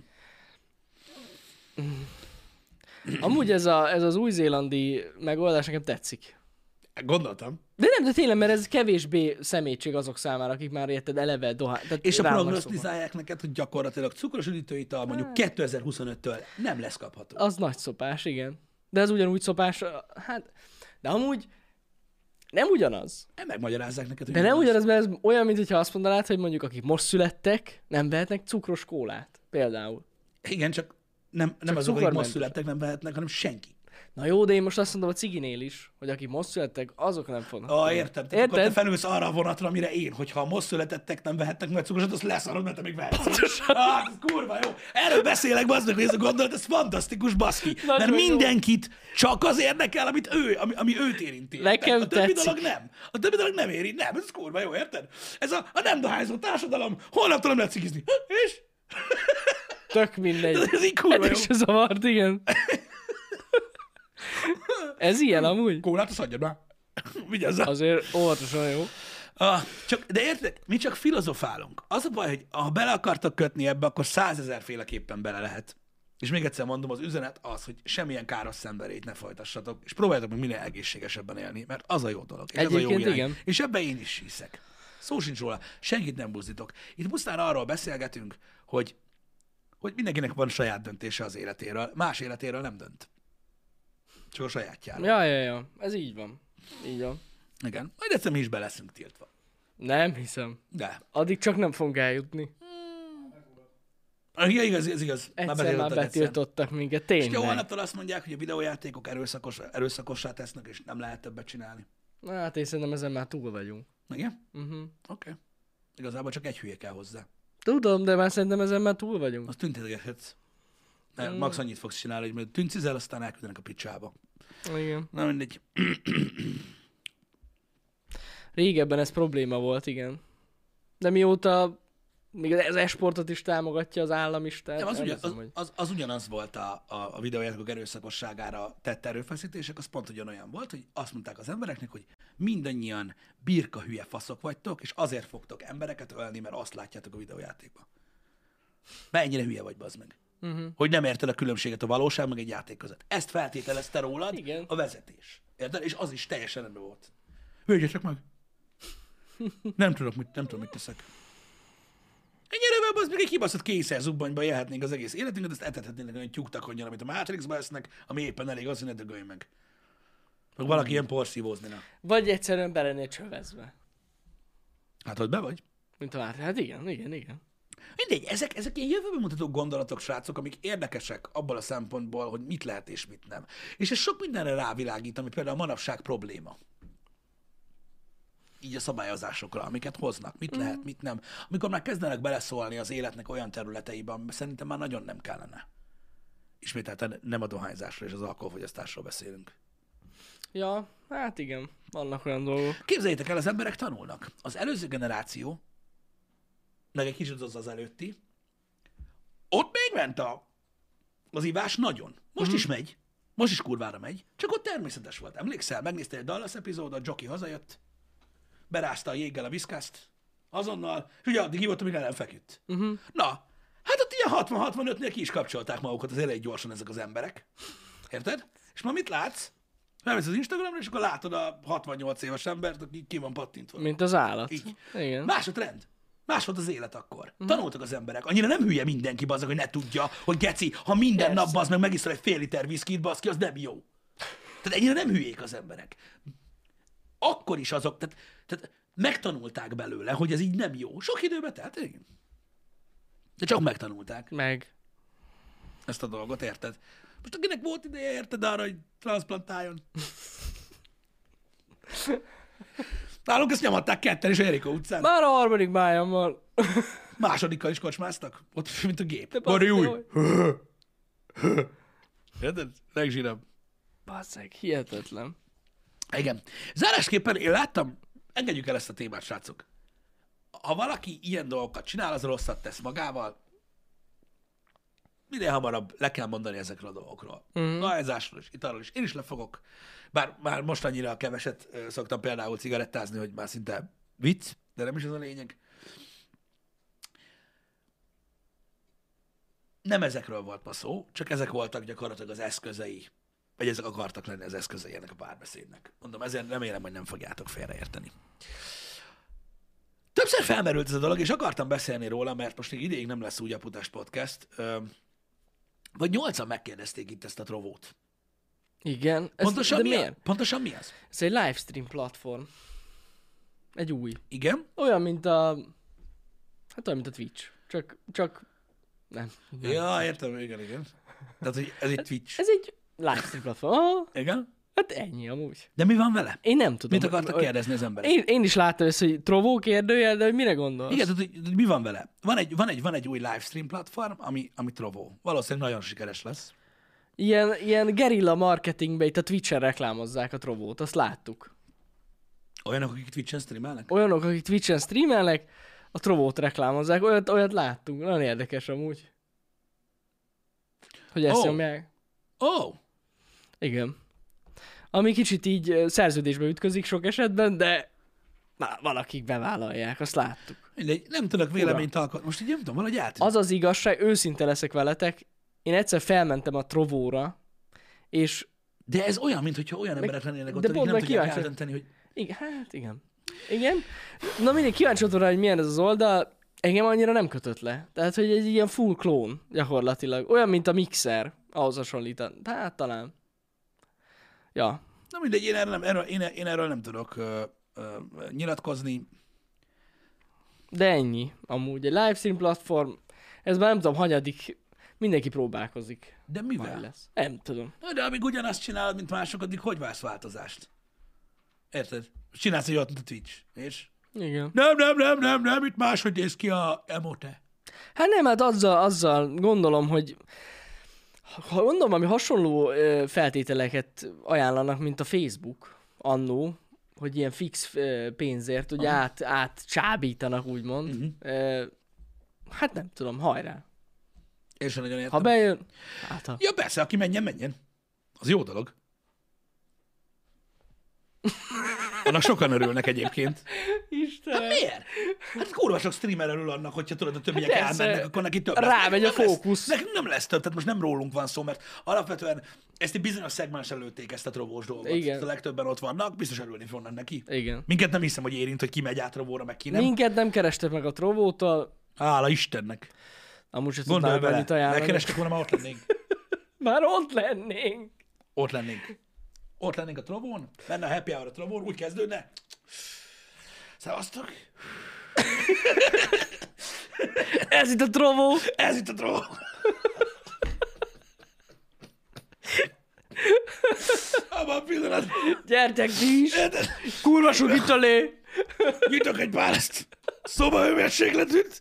Amúgy ez, a, ez az új-zélandi megoldás nekem tetszik. Gondoltam. De nem, de tényleg, mert ez kevésbé szemétség azok számára, akik már érted eleve dohány. És a rá vannak prognosztizálják neked, hogy gyakorlatilag cukros üdítőital mondjuk kétezer-huszonöttől nem lesz kapható. szokva. Az nagy szopás, igen. De ez ugyanúgy szopás, hát, de amúgy nem ugyanaz. Nem megmagyarázzák neked, hogy De mi nem van. ugyanaz, mert ez olyan, mintha azt mondanád, hogy mondjuk akik most születtek, nem vehetnek cukros kólát. Például. Igen, csak nem, nem Csak azok, akik most cukormentes. születtek, nem vehetnek, hanem senki. Na jó, de én most azt mondom a ciginél is, hogy akik most születtek, azok nem fognak. Ah, értem. Tehát akkor te Érted? felülsz arra a vonatra, amire én, hogyha a most születettek nem vehetnek meg cukrosat, azt leszarod, mert te még vehetsz. Ah, ez kurva jó. Erről beszélek, bazd meg, hogy ez a gondolat, ez fantasztikus, baszki. Nagyon Mert jó. mindenkit csak az érdekel, amit ő, ami, ami őt érinti. Nekem a többi tetszik. dolog nem. A többi dolog nem érint. Nem, ez kurva jó, érted? Ez a, a nem dohányzó társadalom, holnaptól nem lehet cigizni. És? Tök mindegy. Ez így kurva Ez jó. is zavart, igen. Ez ilyen amúgy? Kólát, azt adjad már. Vigyázzál. Azért óvatosan jó. Ah, csak, de érted, mi csak filozofálunk. Az a baj, hogy ha bele akartak kötni ebbe, akkor százezerféleképpen bele lehet. És még egyszer mondom, az üzenet az, hogy semmilyen káros szenvedélyt ne folytassatok, és próbáljátok meg minél egészségesebben élni, mert az a jó dolog. És ez a jó Egyébként irány. igen. És ebben én is hiszek. Szó sincs róla, senkit nem buzdítok. Itt pusztán arról beszélgetünk, hogy, hogy mindenkinek van saját döntése az életéről, más életéről nem dönt. Csak a sajátjáról. Ja, ja, ja. Ez így van. Így van. Igen. Majd egyszer mi is be leszünk tiltva. Nem hiszem. De. Addig csak nem fogunk eljutni. Ja, igaz, ez igaz. Egyszer már betiltottak egyszer. betiltottak minket, És jó, tényleg. holnaptól azt mondják, hogy a videójátékok erőszakos, erőszakossá tesznek, és nem lehet többet csinálni. Na, hát én szerintem ezen már túl vagyunk. Igen? Uh-huh. Oké. Okay. Igazából csak egy hülye kell hozzá. Tudom, de már szerintem ezen már túl vagyunk. Azt tüntetgethetsz. Mm. Mm. Max annyit fogsz csinálni, hogy majd tüncizel, aztán elküldenek a picsába. Igen. Na mindegy. Régebben ez probléma volt, igen. De mióta még az esportot is támogatja az állam is, tehát Nem, az, ugyan, hiszem, az, hogy... az, az ugyanaz volt a, a, a videójátékok erőszakosságára tett erőfeszítések, az pont ugyanolyan volt, hogy azt mondták az embereknek, hogy mindannyian birka hülye faszok vagytok, és azért fogtok embereket ölni, mert azt látjátok a videójátékban. Mert ennyire hülye vagy, bazd meg. Uh-huh. Hogy nem érted a különbséget a valóság meg egy játék között. Ezt feltételezte rólad Igen. a vezetés. Érted? És az is teljesen rendben volt. Hölgyetek meg! Nem tudok, mit, nem tudom, mit teszek. Ennyire az még egy kibaszott kényszer zubbanyba élhetnénk az egész életünket, ezt etethetnénk olyan tyúktakonnyal, amit a Matrixba esznek, ami éppen elég az, hogy ne dögölj meg. Meg valaki ilyen porszívózni. Na. Vagy egyszerűen be lennél csövezve. Hát, hogy be vagy? Mint a már. Hát igen, igen, igen. Mindegy, ezek, ezek ilyen jövőben mutató gondolatok, srácok, amik érdekesek abból a szempontból, hogy mit lehet és mit nem. És ez sok mindenre rávilágít, ami például a manapság probléma. Így a szabályozásokra, amiket hoznak. Mit lehet, mit nem. Amikor már kezdenek beleszólni az életnek olyan területeibe, amiben szerintem már nagyon nem kellene. Ismételten nem a dohányzásról és az alkoholfogyasztásról beszélünk. Ja, hát igen, vannak olyan dolgok. Képzeljétek el, az emberek tanulnak. Az előző generáció, meg egy kicsit az az előtti, ott még ment a, az ivás nagyon. Most uh-huh. is megy. Most is kurvára megy. Csak ott természetes volt. Emlékszel? Megnéztél egy Dallas epizódot, Jockey hazajött, berázta a jéggel a viszkászt, azonnal, és ugye addig hívott, amíg el nem feküdt. Uh-huh. Na, hát ott ilyen hatvan-hatvanötnél ki is kapcsolták magukat az elején gyorsan ezek az emberek. Érted? És ma mit látsz? Elmész az Instagramra, és akkor látod a hatvannyolc éves embert, aki ki van pattintva. Mint az állat. Így. Igen. Más a trend. Más volt az élet akkor. Mm. Tanultak az emberek. Annyira nem hülye mindenki, bazzag, hogy ne tudja, hogy geci, ha minden Persze. nap bazd meg megiszol egy fél liter viszkit, baszki, az nem jó. Tehát ennyire nem hülyék az emberek. Akkor is azok, tehát, tehát megtanulták belőle, hogy ez így nem jó. Sok időbe telt, igen. De csak megtanulták Meg. ezt a dolgot, érted? Most akinek volt ideje, érted arra, hogy transplantáljon. Nálunk ezt nyomatták ketten is a Jerikó utcán. Már a harmadik májammal. Másodikkal is kocsmáztak. Ott, mint a gép. De Bari új. hogy- Érted? Legzsírabb. Basszeg, hihetetlen. Igen. Zárásképpen én láttam, engedjük el ezt a témát, srácok. Ha valaki ilyen dolgokat csinál, az rosszat tesz magával, minél hamarabb le kell mondani ezekről a dolgokról. Mhm. Dohányzásról is, italról is. Én is lefogok. Bár már most annyira keveset ö, szoktam például cigarettázni, hogy már szinte vicc, de nem is ez a lényeg. Nem ezekről volt ma szó, csak ezek voltak gyakorlatilag az eszközei, vagy ezek akartak lenni az eszközei ennek a párbeszédnek. Mondom, ezért remélem, hogy nem fogjátok félreérteni. Többször felmerült ez a dolog, és akartam beszélni róla, mert most még ideig nem lesz úgy a Putás Podcast. Ö, vagy nyolcan megkérdezték itt ezt a trovót. Igen. Ez, Pontosan de mi, miért? a, pontosan mi az? Ez egy livestream platform. Egy új. Igen? Olyan, mint a... Hát olyan, mint a Twitch. Csak... csak... Nem. nem. Ja, értem, igen, igen. Tehát, hogy ez egy Twitch. Ez egy livestream platform. Ah, Igen? hát ennyi amúgy. De mi van vele? Én nem tudom. Mit akartak kérdezni az emberek? Én, én is láttam ezt, hogy Trovo kérdőjel, de hogy mire gondolsz? Igen, tehát, hogy, hogy mi van vele? Van egy, van egy, van egy új livestream platform, ami, ami Trovo. Valószínűleg nagyon sikeres lesz. Ilyen, ilyen gerilla marketingbe itt a Twitch-en reklámozzák a Trovót, azt láttuk. Olyanok, akik Twitch-en streamelnek? Olyanok, akik Twitch-en streamelnek, a Trovót reklámozzák, olyat, olyat láttunk. Nagyon érdekes amúgy. Hogy ezt Oh. nyomják. Ó! Oh. Igen. Ami kicsit így ö, szerződésbe ütközik sok esetben, de na, valakik bevállalják, azt láttuk. Mindegy, nem tudok véleményt alkotni. Most így nem tudom, valahogy át. Az az igazság, őszinte leszek veletek, én egyszer felmentem a Trovóra, és De ez olyan, mintha olyan emberek lennének ott, de akik pont nem meg tudják kíváncsi- eldönteni, hogy igen, hát igen. Igen. Na mindig kíváncsi voltam rá, hogy milyen ez az oldal, engem annyira nem kötött le. Tehát, hogy egy ilyen full klón gyakorlatilag. Olyan, mint a Mixer, ahhoz hasonlítan. Hát talán. Ja. na mindegy, én erről nem, erről, én, én erről nem tudok ö, ö, nyilatkozni. De ennyi. Amúgy egy livestream platform, ez már nem tudom, hanyadik, mindenki próbálkozik. De Majd mivel? lesz. Nem tudom. Na, de amíg ugyanazt csinálod, mint mások, addig hogy vársz változást? Érted? Csinálsz egy olyat, mint a Twitch, és Igen. nem, nem, nem, nem, nem, itt máshogy néz ki a emote. Hát nem, hát azzal, azzal gondolom, hogy ha gondolom, ami hasonló ö, feltételeket ajánlanak, mint a Facebook annó, hogy ilyen fix ö, pénzért ugye át, átcsábítanak, úgymond. Uh-huh. Ö, hát nem tudom, hajrá. Én sem nagyon értem. Ha bejön, hát ha... Ja, persze, aki menjen, menjen. Az jó dolog. Annak sokan örülnek egyébként. Istenem. Miért? Hát kurva sok streamer örül annak, hogyha tudod, a többiek Hát persze. elmennek, akkor neki több Rámegy lesz. a Nem lesz- fókusz. Nekünk nem lesz több, tehát most nem rólunk van szó, mert alapvetően ezt egy bizonyos szegmensen lőtték ezt a trovós dolgot. Igen. A legtöbben ott vannak, biztos örülni fognak neki. Igen. Minket nem hiszem, hogy érint, hogy ki megy át trovóra, meg ki nem. Minket nem kerestek meg a Trovótól, Hála Istennek. amúgy sem Gondolj tudnám bele, mennyit ajánlani. megkerestek volna, már ott lennénk. Már ott lennénk. Ott lennénk. Ott lennénk a trovón, menne a happy hour a trovón, úgy kezdődne. Szevasztok! Ez itt a Trovó. Ez itt a trovó! Abban a pillanatban. Gyertek ti is. Érted? Kurva sok itt a lé. Nyitok egy pálaszt. Szobahőmérsékletűt.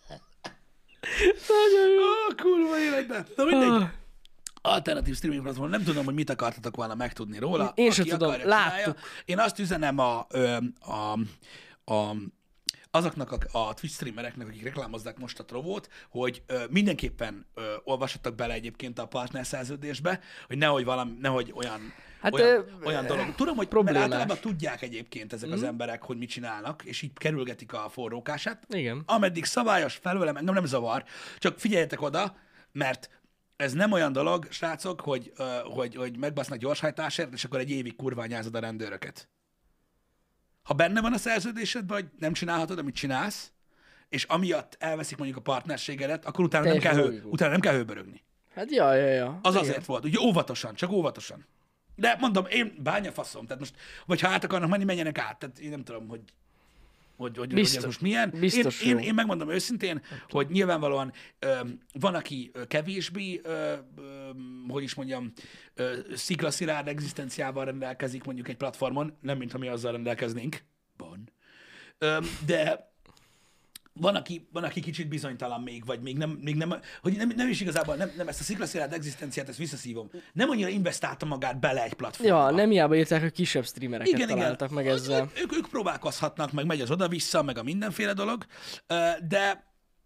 Nagyon jó. Ó, kurva életben. Na mindegy. Alternatív streaming platform, nem tudom, hogy mit akartatok volna megtudni róla. Én sem Aki tudom, akarja, láttuk. csinálja. Én azt üzenem a, ö, a, a azoknak a, a Twitch streamereknek, akik reklámozzák most a Trovót, hogy ö, mindenképpen ö, olvassatok bele egyébként a partner szerződésbe, hogy nehogy, valami, nehogy olyan, Hát, olyan, ö, olyan dolog. Tudom, hogy problémás. mert általában tudják egyébként ezek mm. az emberek, hogy mit csinálnak, és így kerülgetik a forrókását. Igen. Ameddig szabályos felőlem, engem nem zavar, csak figyeljetek oda, mert ez nem olyan dolog, srácok, hogy, uh, hogy, hogy megbasznak gyorshajtásért, és akkor egy évig kurványázod a rendőröket. Ha benne van a szerződésedben, hogy nem csinálhatod, amit csinálsz, és amiatt elveszik mondjuk a partnerségedet, akkor utána nem, Teljesen kell hő, logikus. utána nem kell hőbörögni. Hát ja, ja, ja. Az Igen. azért volt, ugye óvatosan, csak óvatosan. De mondom, én bányafaszom, tehát most, vagy ha át akarnak menni, menjenek át. Tehát én nem tudom, hogy hogy, hogy, Biztos- hogy ez most milyen. biztos én, én, jó. én megmondom őszintén, hogy nyilvánvalóan ö, van, aki ö, kevésbé, ö, ö, hogy is mondjam, ö, sziklaszilárd egzisztenciával rendelkezik mondjuk egy platformon, nem mintha mi azzal rendelkeznénk. Van. Ö, de van aki, van, aki kicsit bizonytalan még, vagy még nem, még nem hogy nem, nem is igazából, nem, nem ezt a sziklaszilárd egzisztenciát, ezt visszaszívom. Nem annyira investálta magát bele egy platformba. Ja, nem hiába írták, hogy kisebb streamereket Igen, találtak igen. meg ezzel. Ők, ők, ők próbálkozhatnak, meg megy az oda-vissza, meg a mindenféle dolog, ö, de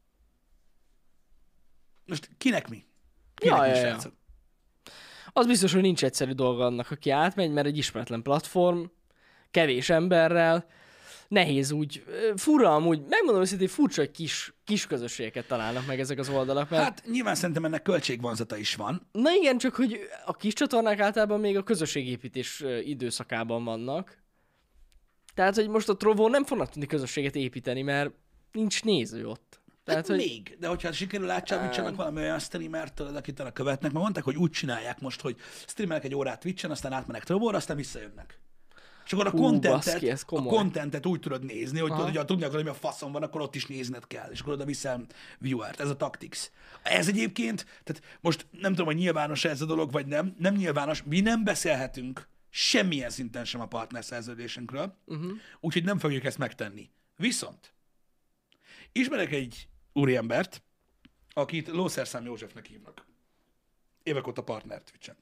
most kinek mi? Kinek Ja, mi, ja, ja. srácok? Az biztos, hogy nincs egyszerű dolga annak, aki átmegy, mert egy ismeretlen platform, kevés emberrel, nehéz úgy, ö, fura amúgy, megmondom őszintén, furcsa, hogy kis, kis közösségeket találnak meg ezek az oldalak, mert hát, Hát nyilván szerintem ennek költségvonzata is van. na igen, csak hogy a kis csatornák általában még a közösségépítés ö, időszakában vannak. Tehát, hogy most a Trovo nem fognak tudni közösséget építeni, mert nincs néző ott. Tehát, Tehát, hát hogy még, de hogyha sikerül átcsábítsanak valami olyan streamertől, akit a követnek, mert mondták, hogy úgy csinálják most, hogy streamelnek egy órát Twitch-en, aztán átmennek Trovóra, aztán visszajönnek. És akkor a Hú, contentet, baszki, ez a komoly. contentet úgy tudod nézni, hogy tudod, Aha. hogy ha tudni akarod, hogy mi a faszom van, akkor ott is nézned kell, és akkor oda viszel viewert. Ez a tactics. Ez egyébként, tehát most nem tudom, hogy nyilvános ez a dolog, vagy nem, nem nyilvános, mi nem beszélhetünk semmilyen szinten sem a partner szerződésünkről, uh-huh. úgyhogy nem fogjuk ezt megtenni. Viszont ismerek egy úriembert, akit Lószerszám Józsefnek hívnak. Évek óta partner Twitch-en.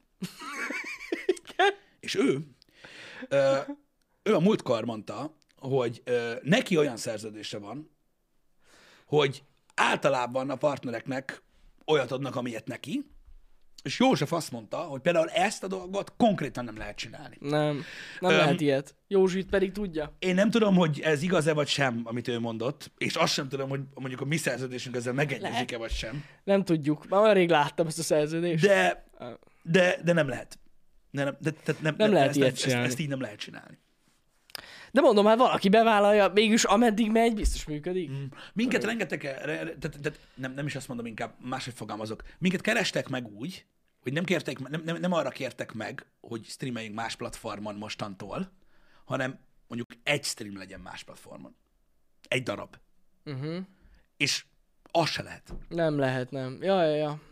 És ő, ö, ő a múltkor mondta, hogy ö, neki olyan szerződése van, hogy általában a partnereknek olyat adnak, amilyet neki, és József azt mondta, hogy például ezt a dolgot konkrétan nem lehet csinálni. Nem, nem Öm, lehet ilyet. Józsit pedig tudja. Én nem tudom, hogy ez igaz-e vagy sem, amit ő mondott, és azt sem tudom, hogy mondjuk a mi szerződésünk ezzel megegyezik-e vagy sem. Nem tudjuk. Már olyan rég láttam ezt a szerződést. De, de, de nem lehet. De nem, de, de, nem, Nem lehet ezt, ilyet ezt, csinálni. ezt, ezt így nem lehet csinálni. De mondom, hát valaki bevállalja, mégis ameddig megy, biztos működik. Mm. Minket rengeteg, re- re- tehát, tehát nem, nem is azt mondom, inkább máshogy fogalmazok. Minket kerestek meg úgy, hogy nem, kértek, nem, nem, nem arra kértek meg, hogy streameljünk más platformon mostantól, hanem mondjuk egy stream legyen más platformon. Egy darab. Uh-huh. És az se lehet. Nem lehet, nem. Ja, ja, ja.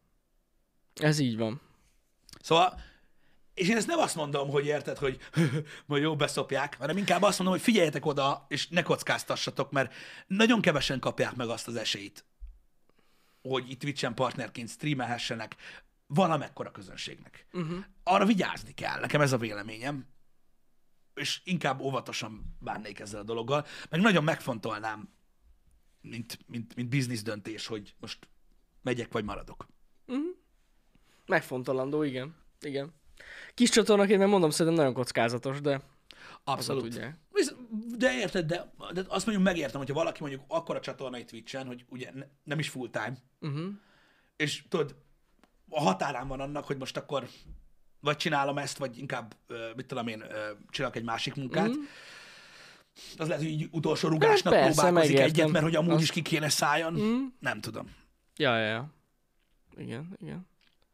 Ez így van. Szóval, és én ezt nem azt mondom, hogy érted, hogy majd jó beszopják, hanem inkább azt mondom, hogy figyeljetek oda, és ne kockáztassatok, mert nagyon kevesen kapják meg azt az esélyt, hogy itt Twitch-en partnerként streamelhessenek valamekkora közönségnek. Uh-huh. Arra vigyázni kell, nekem ez a véleményem, és inkább óvatosan bánnék ezzel a dologgal, meg nagyon megfontolnám, mint, mint, mint biznisz döntés, hogy most megyek vagy maradok. Megfontolandó, igen. Igen. Kis csatornaként, mert mondom, szerintem nagyon kockázatos, de Abszolút. tudják. Visz- De érted, de, de azt mondjuk megértem, hogyha valaki mondjuk akkora csatornai Twitch-en, hogy ugye ne- nem is full time, uh-huh. és tudod, a határán van annak, hogy most akkor vagy csinálom ezt, vagy inkább, ö, mit tudom én, ö, csinálok egy másik munkát. Mhm. Az lehet, hogy így utolsó rugásnak Hát persze, próbálkozik megértem. egyet, mert hogy amúgy Azt- is ki kéne szálljon. Mhm. Nem tudom. Ja, ja, ja. Igen, igen.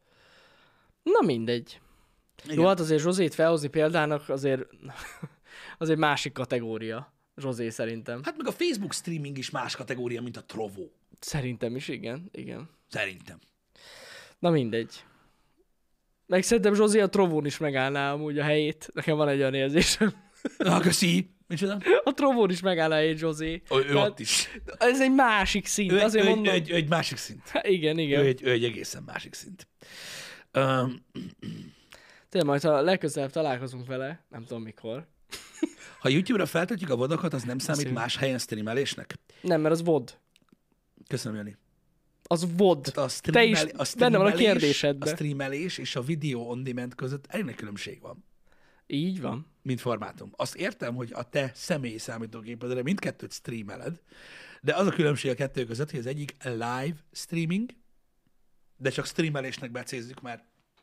Na mindegy. Igen. Jó, hát azért Zsozét felhozni példának azért, azért másik kategória. Zsozé szerintem. Hát meg a Facebook streaming is más kategória, mint a Trovo. Szerintem is, igen, igen. Szerintem. Na mindegy. Meg szerintem Zsozé a Trovón is megállná amúgy a helyét. Nekem van egy olyan érzésem. Na, köszi. Micsoda? A Trovón is megállná a helyét Zsozé. Ő, ő Tehát ott is. Ez egy másik szint, Ő, azért ő, mondom. ő, egy, ő egy másik szint. Há, igen, igen. Ő egy, ő egy egészen másik szint. Um, Tényleg majd, ha legközelebb találkozunk vele, nem tudom mikor. ha YouTube-ra feltöltjük a vodokat, az nem számít Köszönöm. más helyen streamelésnek? Nem, mert az vod. Köszönöm, Jani. Az vod. Tehát a Te is, streamel, a benne van a streamelés- kérdésedben. A streamelés és a videó on demand között elég nagy különbség van, Így van. mint formátum. Azt értem, hogy a te személyi számítógépedre mindkettőt streameled, de az a különbség a kettő között, hogy az egyik live streaming, de csak streamelésnek becézzük, mert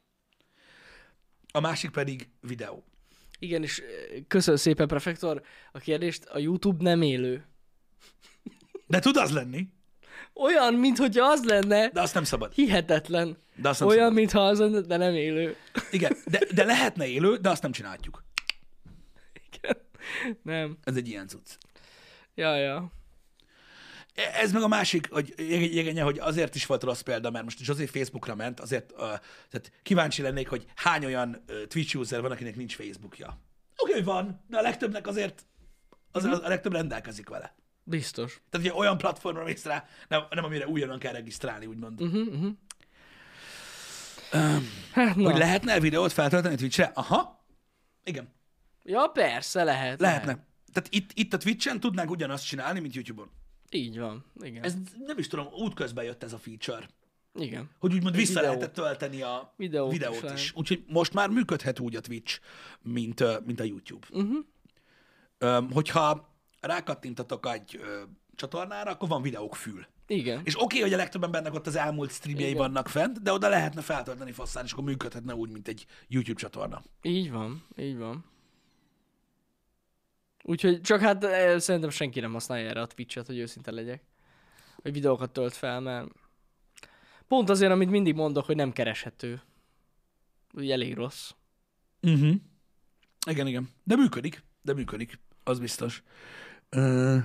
a másik pedig videó. Igen, és eh, köszönöm szépen, Prefektor, a kérdést. A YouTube nem élő. De tud az lenni, Olyan, mintha az lenne, de azt nem szabad. hihetetlen. De azt nem Olyan, szabad. mintha az lenne, de nem élő. Igen, de, de lehetne élő, de azt nem csináljuk. Igen. Nem. Ez egy ilyen cucc. Ja, ja. Ez meg a másik, hogy jegenye, hogy azért is volt rossz példa, mert most Zsozé Facebookra ment, azért uh, tehát kíváncsi lennék, hogy hány olyan uh, Twitch user van, akinek nincs Facebookja. Oké, okay, van, de a legtöbbnek azért, azért a legtöbb rendelkezik vele. Biztos. Tehát ugye olyan platformra mész rá, nem, nem amire újonnan kell regisztrálni, úgymond. Uh-huh. Uh-huh, uh-huh. Um, Hát, na. hogy lehetne videót feltölteni Twitchre? Aha. Igen, Ja, persze, lehet. lehetne. Lehet. Tehát itt, itt a Twitchen tudnánk ugyanazt csinálni, mint YouTube-on. Így van. Igen. Ez nem is tudom, útközben jött ez a feature. Igen. Hogy úgymond vissza videó. lehetett tölteni a Videót videót, is videót is. lehet. Úgyhogy most már működhet úgy a Twitch, mint, ö, mint a YouTube. Uh-huh. Öm, hogyha rákattintatok egy ö, csatornára, akkor van videók fül. Igen. És oké, okay, hogy a legtöbb embernek ott az elmúlt streamjei Igen. vannak fent, de oda lehetne feltölteni faszán, és akkor működhetne úgy, mint egy YouTube csatorna. Így van. Így van. Úgyhogy csak hát eh, szerintem senki nem használja erre a Twitch-et, hogy őszinte legyek. Hogy videókat tölt fel, mert pont azért, amit mindig mondok, hogy nem kereshető. Úgy elég rossz. Uh-huh. Igen, igen. De működik. De működik. Az biztos. Ö...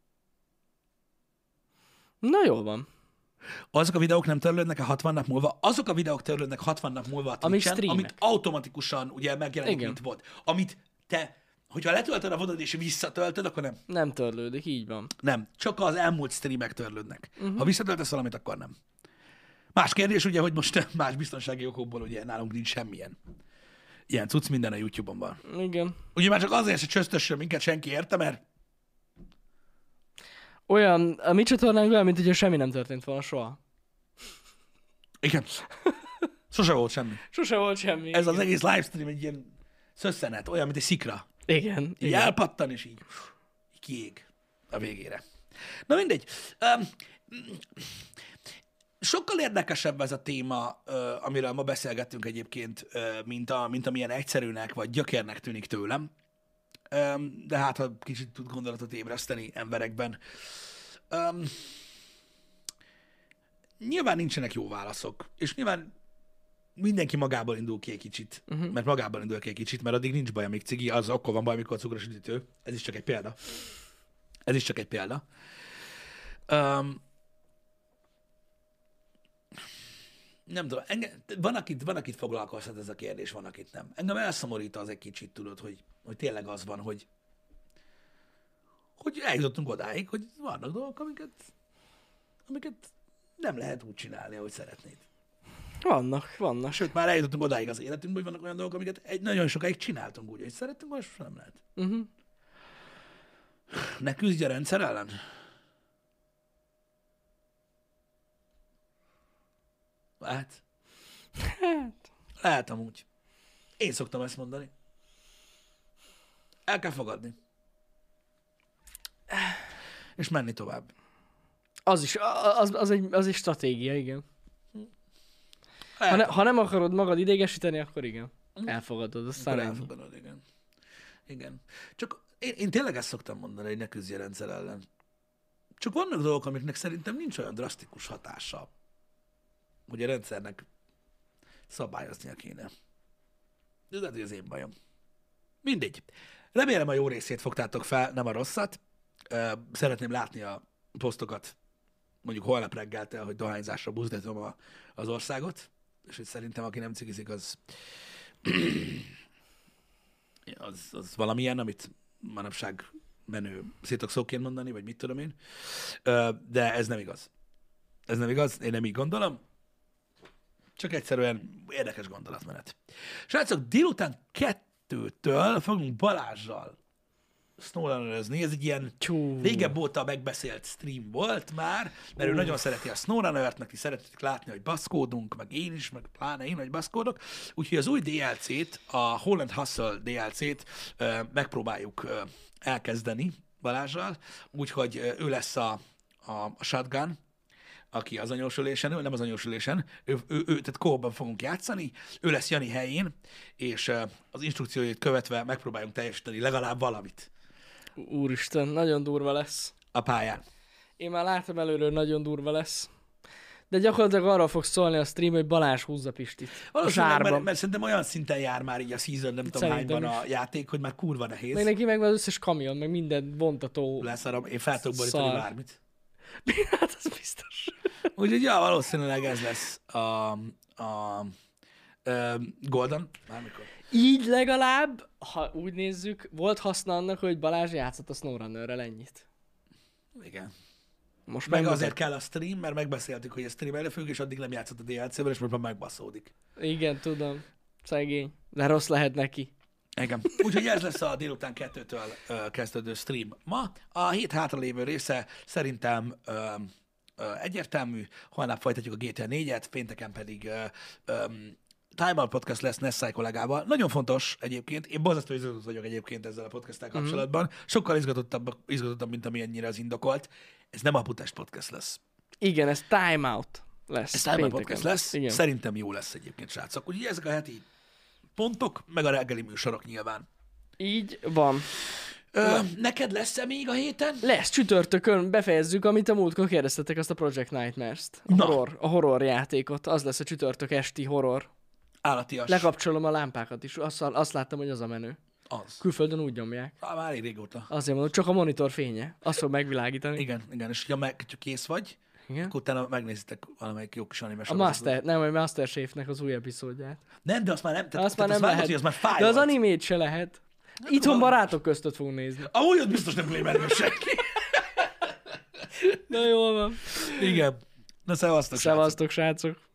Na jól van. Azok a videók nem törlődnek a hatvan nap múlva, azok a videók törlődnek hatvan nap múlva a Ami Twitch-en, streamek. amit automatikusan ugye megjelenik, Igen. mint volt. Amit te, hogyha letöltöd a vodod és visszatöltöd, akkor nem. Nem törlődik, így van. Nem. Csak az elmúlt streamek törlődnek. Uh-huh. Ha visszatöltesz valamit, akkor nem. Más kérdés ugye, hogy most más biztonsági okokból ugye nálunk nincs semmilyen ilyen cucc, minden a YouTube-on van. Igen. Ugye már csak azért se csöztössön minket senki érte, mert Olyan, a mi csatornánk olyan, mint hogyha semmi nem történt volna soha. igen. Sose volt semmi. Sose volt semmi. Ez az egész livestream egy ilyen szösszenet, olyan, mint egy szikra. Igen. Így igen. elpattan, és így, így kiég a végére. Na mindegy. Um, sokkal érdekesebb ez a téma, uh, amiről ma beszélgettünk egyébként, uh, mint, a, mint amilyen egyszerűnek vagy gyökérnek tűnik tőlem. Um, de hát, ha kicsit tud gondolatot ébreszteni emberekben. Um, nyilván nincsenek jó válaszok, és nyilván mindenki magából indul ki egy kicsit, uh-huh. mert magából indul ki egy kicsit, mert addig nincs baj, amíg cigi, az akkor van baj, amikor a cukros üdítő. Ez is csak egy példa. Ez is csak egy példa. Um, nem tudom, engem, van, akit, van, akit foglalkoztat ez a kérdés, van, akit nem. Engem elszomorít az egy kicsit, tudod, hogy, hogy tényleg az van, hogy, hogy eljutottunk odáig, hogy vannak dolgok, amiket, amiket nem lehet úgy csinálni, ahogy szeretnéd. Vannak, vannak. Sőt, már eljutottunk odáig az életünkben, hogy vannak olyan dolgok, amiket egy, nagyon sokáig csináltunk úgy, hogy szerettünk, most nem lehet. Uh-huh. Ne küzdj a rendszer ellen? Lehet. Hát, Lehet amúgy. Én szoktam ezt mondani. El kell fogadni. És menni tovább. az is, az, az, egy, az egy stratégia, igen. Ha, El, ne, ha nem akarod magad idegesíteni, akkor igen. Elfogadod, aztán ennyi. elfogadod, igen. Igen. Csak én, én tényleg ezt szoktam mondani, hogy ne küzdj a rendszer ellen. Csak vannak dolgok, amiknek szerintem nincs olyan drasztikus hatása, hogy a rendszernek szabályoznia kéne. Ez lehet, hogy az én bajom. Mindegy. Remélem a jó részét fogtátok fel, nem a rosszat. Ö, Szeretném látni a posztokat, mondjuk holnap reggeltől, hogy dohányzásra buzdítom a, az országot, és hogy szerintem aki nem cigizik, az, az, az valamilyen, amit manapság menő szétokszóként mondani, vagy mit tudom én. Ö, De ez nem igaz. Ez nem igaz, én nem így gondolom. Csak egyszerűen érdekes gondolatmenet. Srácok, délután kettőtől fogunk Balázsral snowrunnerözni. Ez egy ilyen Csú. régebb óta megbeszélt stream volt már, mert ő Uff. nagyon szereti a snowrunnert, meg ti szeretitek látni, hogy baszkódunk, meg én is, meg pláne én, hogy baszkódok. Úgyhogy az új dé el cét, a Holland Hustle dé el cét ö, megpróbáljuk ö, elkezdeni Balázsral, úgyhogy ö, ő lesz a, a, a shotgun, aki az anyósülésen, ő nem az anyósülésen, ő, ő, ő, tehát kóban fogunk játszani, ő lesz Jani helyén, és uh, az instrukcióit követve megpróbáljunk teljesíteni legalább valamit Úristen, nagyon durva lesz. a pályán. Én már látom előről, nagyon durva lesz. De gyakorlatilag arról fog szólni a stream, hogy Balázs húzza Pistit. A Valószínűleg, zsárban. mert, mert szerintem olyan szinten jár már így a season, nem tudom Szerintem hányban is. a játék, hogy már kurva nehéz. Meg neki megvan az összes kamion, meg minden vontató. Leszarom, én fel tudok borítani Szar. bármit. Hát az biztos. Úgyhogy ja, valószínűleg ez lesz a, a, a Golden. Bármikor. Így legalább, ha úgy nézzük, volt haszna annak, hogy Balázs játszott a SnowRunnerrel ennyit. Igen. Most Meg megmutat- azért kell a stream, mert megbeszéltük, hogy a stream előfügg, és addig nem játszott a dé el cé-vel, és most már megbaszódik. Igen, tudom. Szegény. De rossz lehet neki. Igen. Úgyhogy ez lesz a délután kettőtől ö, kezdődő stream ma. A hét hátralévő része szerintem ö, ö, egyértelmű. Holnap folytatjuk a gé té á négyet, pénteken pedig ö, ö, Time Out Podcast lesz Nessai kollégával. Nagyon fontos egyébként. Én borzasztó izgatott vagyok egyébként ezzel a podcasttel kapcsolatban. Mm-hmm. Sokkal izgatottabb, izgatottabb, mint amennyire az indokolt. Ez nem a Putás Podcast lesz. Igen, ez Time Out lesz. Ez Time Out pénteken. Podcast lesz. Igen. Szerintem jó lesz egyébként, srácok. Úgyhogy ezek a heti pontok, meg a reggeli műsorok nyilván. Így van. Ö, neked lesz-e még a héten? Lesz, csütörtökön befejezzük, amit a múltkor kérdeztetek, azt a Project Nightmares-t. A Na. horror, a horror játékot. Az lesz a csütörtök esti horror. Állatias. Lekapcsolom a lámpákat is. Azt, azt láttam, hogy az a menő. Az. Külföldön úgy nyomják. Á, már elég régóta. Azért mondom, csak a monitor fénye. Azt fog megvilágítani. Igen, igen, és hogyha meg, ha kész vagy, Igen. akkor utána megnézitek valamelyik jó kis anime A sorozatot. Master, nem, a Masterchefnek az új epizódját. Nem, de azt már nem, tehát, Azt már tehát nem az lehet. Volt, hogy az már fáj De az volt. animét se lehet. Itthon barátok között fogunk nézni. Amúgy ott biztos nem lémerül senki. Na jól van. Igen. Na, szevasztok, srácok. Szevasztok, srácok.